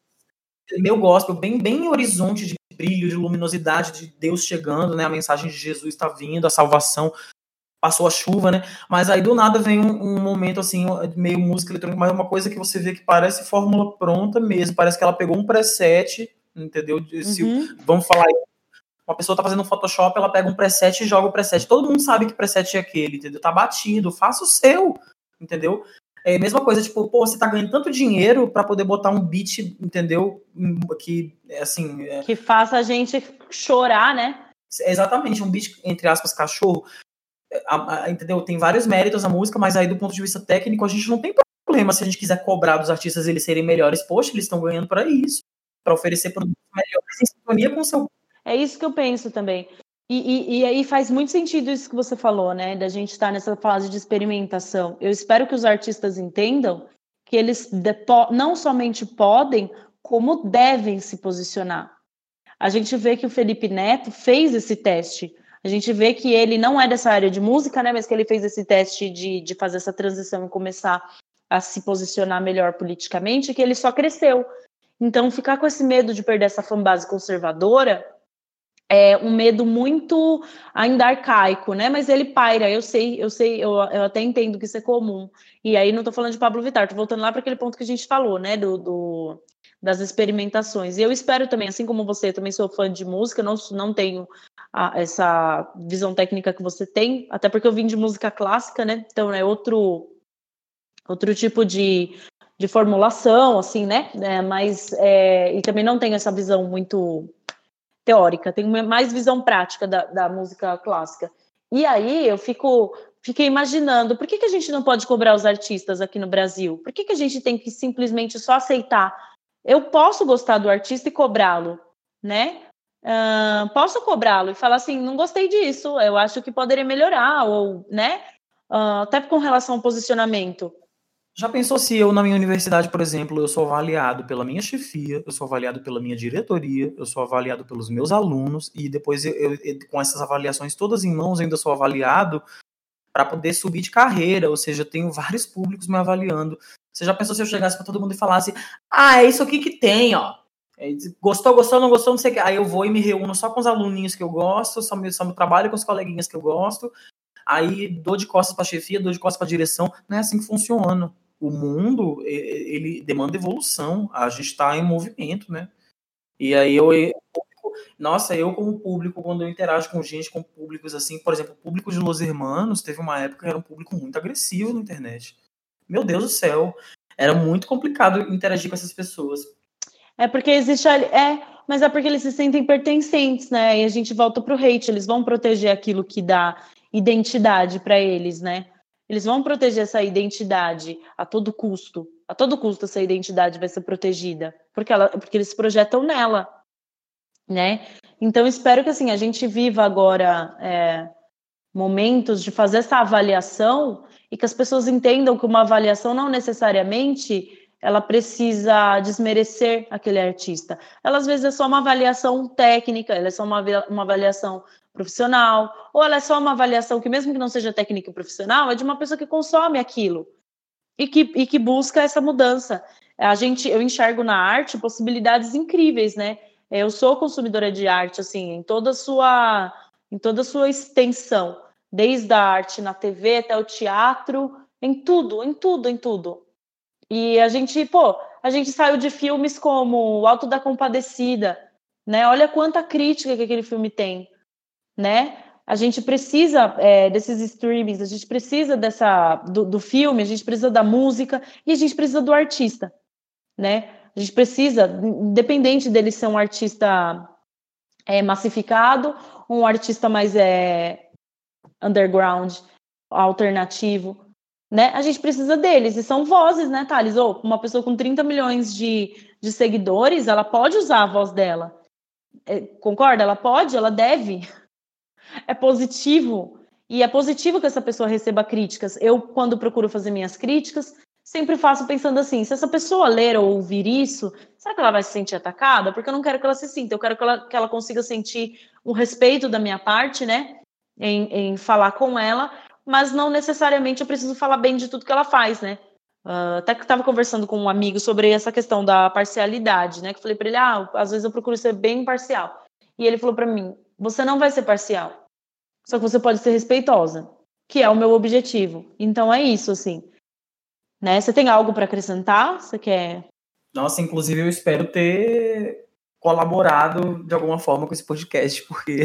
S2: Meio gospel, bem horizonte de brilho, de luminosidade, de Deus chegando, né? A mensagem de Jesus está vindo, a salvação, passou a chuva, né? Mas aí do nada vem um momento assim, meio música eletrônica, mas é uma coisa que você vê que parece fórmula pronta mesmo, parece que ela pegou um preset, entendeu? Vamos falar aí, uma pessoa tá fazendo um Photoshop, ela pega um preset e joga o preset. Todo mundo sabe que preset é aquele, entendeu? Tá batido, faça o seu, entendeu? É a mesma coisa, tipo, pô, você tá ganhando tanto dinheiro pra poder botar um beat, entendeu? Que, assim...
S1: Que faça a gente chorar, né?
S2: Exatamente, um beat, entre aspas, cachorro. Entendeu? Tem vários méritos a música, mas aí do ponto de vista técnico, a gente não tem problema se a gente quiser cobrar dos artistas eles serem melhores. Poxa, eles estão ganhando para isso, para oferecer produtos melhores em sintonia com o seu...
S1: É isso que eu penso também. E aí faz muito sentido isso que você falou, né? Da gente estar nessa fase de experimentação. Eu espero que os artistas entendam que eles não somente podem, como devem se posicionar. A gente vê que o Felipe Neto fez esse teste. A gente vê que ele não é dessa área de música, né? Mas que ele fez esse teste de fazer essa transição e começar a se posicionar melhor politicamente, que ele só cresceu. Então, ficar com esse medo de perder essa fanbase conservadora é um medo muito ainda arcaico, né? Mas ele paira, eu sei, eu até entendo que isso é comum. E aí não tô falando de Pablo Vittar, tô voltando lá para aquele ponto que a gente falou, né? Das experimentações. E eu espero também, assim como você, eu também sou fã de música, não tenho essa visão técnica que você tem, até porque eu vim de música clássica, né? Então é outro tipo de de formulação, assim, né? Mas e também não tenho essa visão muito teórica, tenho mais visão prática da música clássica. E aí eu fiquei imaginando, por que a gente não pode cobrar os artistas aqui no Brasil? Por que a gente tem que simplesmente só aceitar? Eu posso gostar do artista e cobrá-lo, né? Posso cobrá-lo e falar assim, não gostei disso, eu acho que poderia melhorar, ou, né? Até com relação ao posicionamento.
S2: Já pensou se eu, na minha universidade, por exemplo, eu sou avaliado pela minha chefia, eu sou avaliado pela minha diretoria, eu sou avaliado pelos meus alunos, e depois com essas avaliações todas em mãos, eu ainda sou avaliado para poder subir de carreira, ou seja, eu tenho vários públicos me avaliando. Você já pensou se eu chegasse para todo mundo e falasse, é isso aqui que tem, ó. Gostou, não gostou, não sei o que. Aí eu vou e me reúno só com os aluninhos que eu gosto, só meu trabalho com os coleguinhas que eu gosto, aí dou de costas para a chefia, dou de costas para a direção. Não é assim que funciona. O mundo, ele demanda evolução, a gente está em movimento, né? E aí eu como público, quando eu interajo com gente, com públicos assim, por exemplo, o público de Los Hermanos, teve uma época que era um público muito agressivo na internet. Meu Deus do céu, era muito complicado interagir com essas pessoas.
S1: Porque existe ali, mas é porque eles se sentem pertencentes, né? E a gente volta pro hate, eles vão proteger aquilo que dá identidade para eles, né? Eles vão proteger essa identidade a todo custo. A todo custo essa identidade vai ser protegida, porque eles se projetam nela, né? Então espero que assim a gente viva agora momentos de fazer essa avaliação e que as pessoas entendam que uma avaliação não necessariamente ela precisa desmerecer aquele artista. Ela às vezes é só uma avaliação técnica, ela é só uma avaliação profissional, ou ela é só uma avaliação que, mesmo que não seja técnica e profissional, é de uma pessoa que consome aquilo e que busca essa mudança. Eu enxergo na arte possibilidades incríveis, né? Eu sou consumidora de arte, assim, em toda a sua extensão, desde a arte na TV até o teatro, em tudo. E a gente saiu de filmes como O Alto da Compadecida, né? Olha quanta crítica que aquele filme tem, né? A gente precisa desses streamings, a gente precisa do filme, a gente precisa da música e a gente precisa do artista, né? A gente precisa, independente dele ser um artista massificado, um artista mais underground, alternativo, né? A gente precisa deles, e são vozes, né, Thales? Uma pessoa com 30 milhões de seguidores, ela pode usar a voz dela. Concorda? Ela pode, ela deve. É positivo. E é positivo que essa pessoa receba críticas. Eu, quando procuro fazer minhas críticas, sempre faço pensando assim, se essa pessoa ler ou ouvir isso, será que ela vai se sentir atacada? Porque eu não quero que ela se sinta, eu quero que ela consiga sentir um respeito da minha parte, né? Em falar com ela, mas não necessariamente eu preciso falar bem de tudo que ela faz, né? Até que estava conversando com um amigo sobre essa questão da parcialidade, né? Que eu falei para ele, às vezes eu procuro ser bem imparcial. E ele falou para mim, você não vai ser parcial, só que você pode ser respeitosa, que é o meu objetivo. Então é isso, assim. Né? Você tem algo para acrescentar? Você quer?
S2: Nossa, inclusive eu espero ter colaborado de alguma forma com esse podcast, porque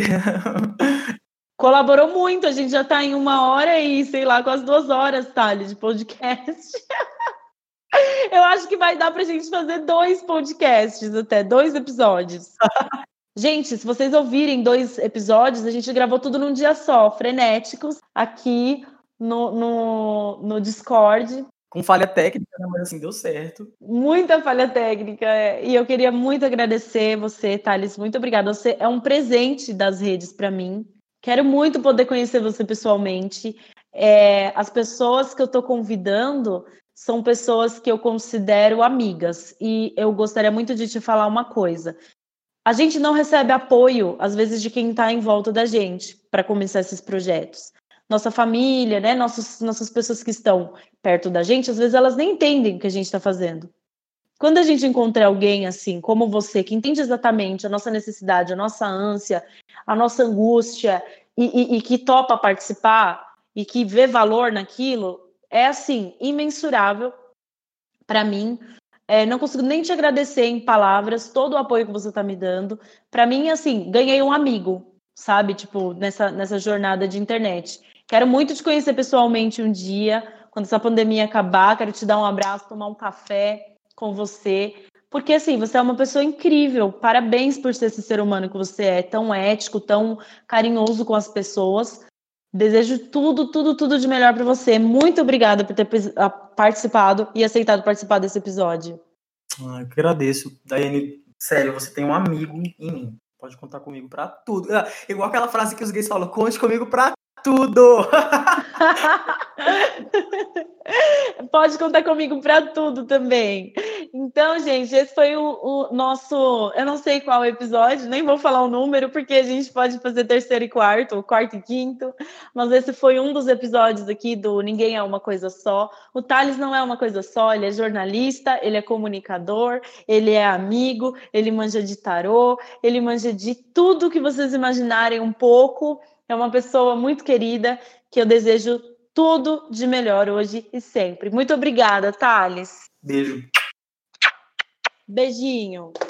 S1: colaborou muito, a gente já está em 1h e, sei lá, quase 2 horas, Thales, de podcast. Eu acho que vai dar pra gente fazer 2 podcasts até, 2 episódios. Gente, se vocês ouvirem 2 episódios, a gente gravou tudo num dia só, frenéticos, aqui no Discord.
S2: Com falha técnica, né? Mas assim, deu certo.
S1: Muita falha técnica. E eu queria muito agradecer você, Thales. Muito obrigada. Você é um presente das redes para mim. Quero muito poder conhecer você pessoalmente. As pessoas que eu estou convidando são pessoas que eu considero amigas. E eu gostaria muito de te falar uma coisa. A gente não recebe apoio, às vezes, de quem está em volta da gente para começar esses projetos. Nossa família, né? Nossas pessoas que estão perto da gente, às vezes elas nem entendem o que a gente está fazendo. Quando a gente encontra alguém assim, como você, que entende exatamente a nossa necessidade, a nossa ânsia, a nossa angústia, e que topa participar, e que vê valor naquilo, é assim, imensurável para mim. Não consigo nem te agradecer em palavras todo o apoio que você está me dando. Para mim, assim, ganhei um amigo, sabe? Tipo, nessa jornada de internet. Quero muito te conhecer pessoalmente um dia, quando essa pandemia acabar, quero te dar um abraço, tomar um café com você. Porque, assim, você é uma pessoa incrível. Parabéns por ser esse ser humano que você é, tão ético, tão carinhoso com as pessoas. Desejo tudo, tudo, tudo de melhor para você. Muito obrigada por ter participado e aceitado participar desse episódio.
S2: Eu que agradeço. Daiane, sério, você tem um amigo em mim. Pode contar comigo para tudo. Igual aquela frase que os gays falam, conte comigo para tudo.
S1: Pode contar comigo para tudo também. Então, gente, esse foi o nosso... Eu não sei qual episódio, nem vou falar o número, porque a gente pode fazer terceiro e quarto, ou quarto e quinto, mas esse foi um dos episódios aqui do Ninguém é uma Coisa Só. O Thales não é uma coisa só, ele é jornalista, ele é comunicador, ele é amigo, ele manja de tarô, ele manja de tudo que vocês imaginarem um pouco. É uma pessoa muito querida, que eu desejo tudo de melhor hoje e sempre. Muito obrigada, Thales.
S2: Beijo.
S1: Beijinho.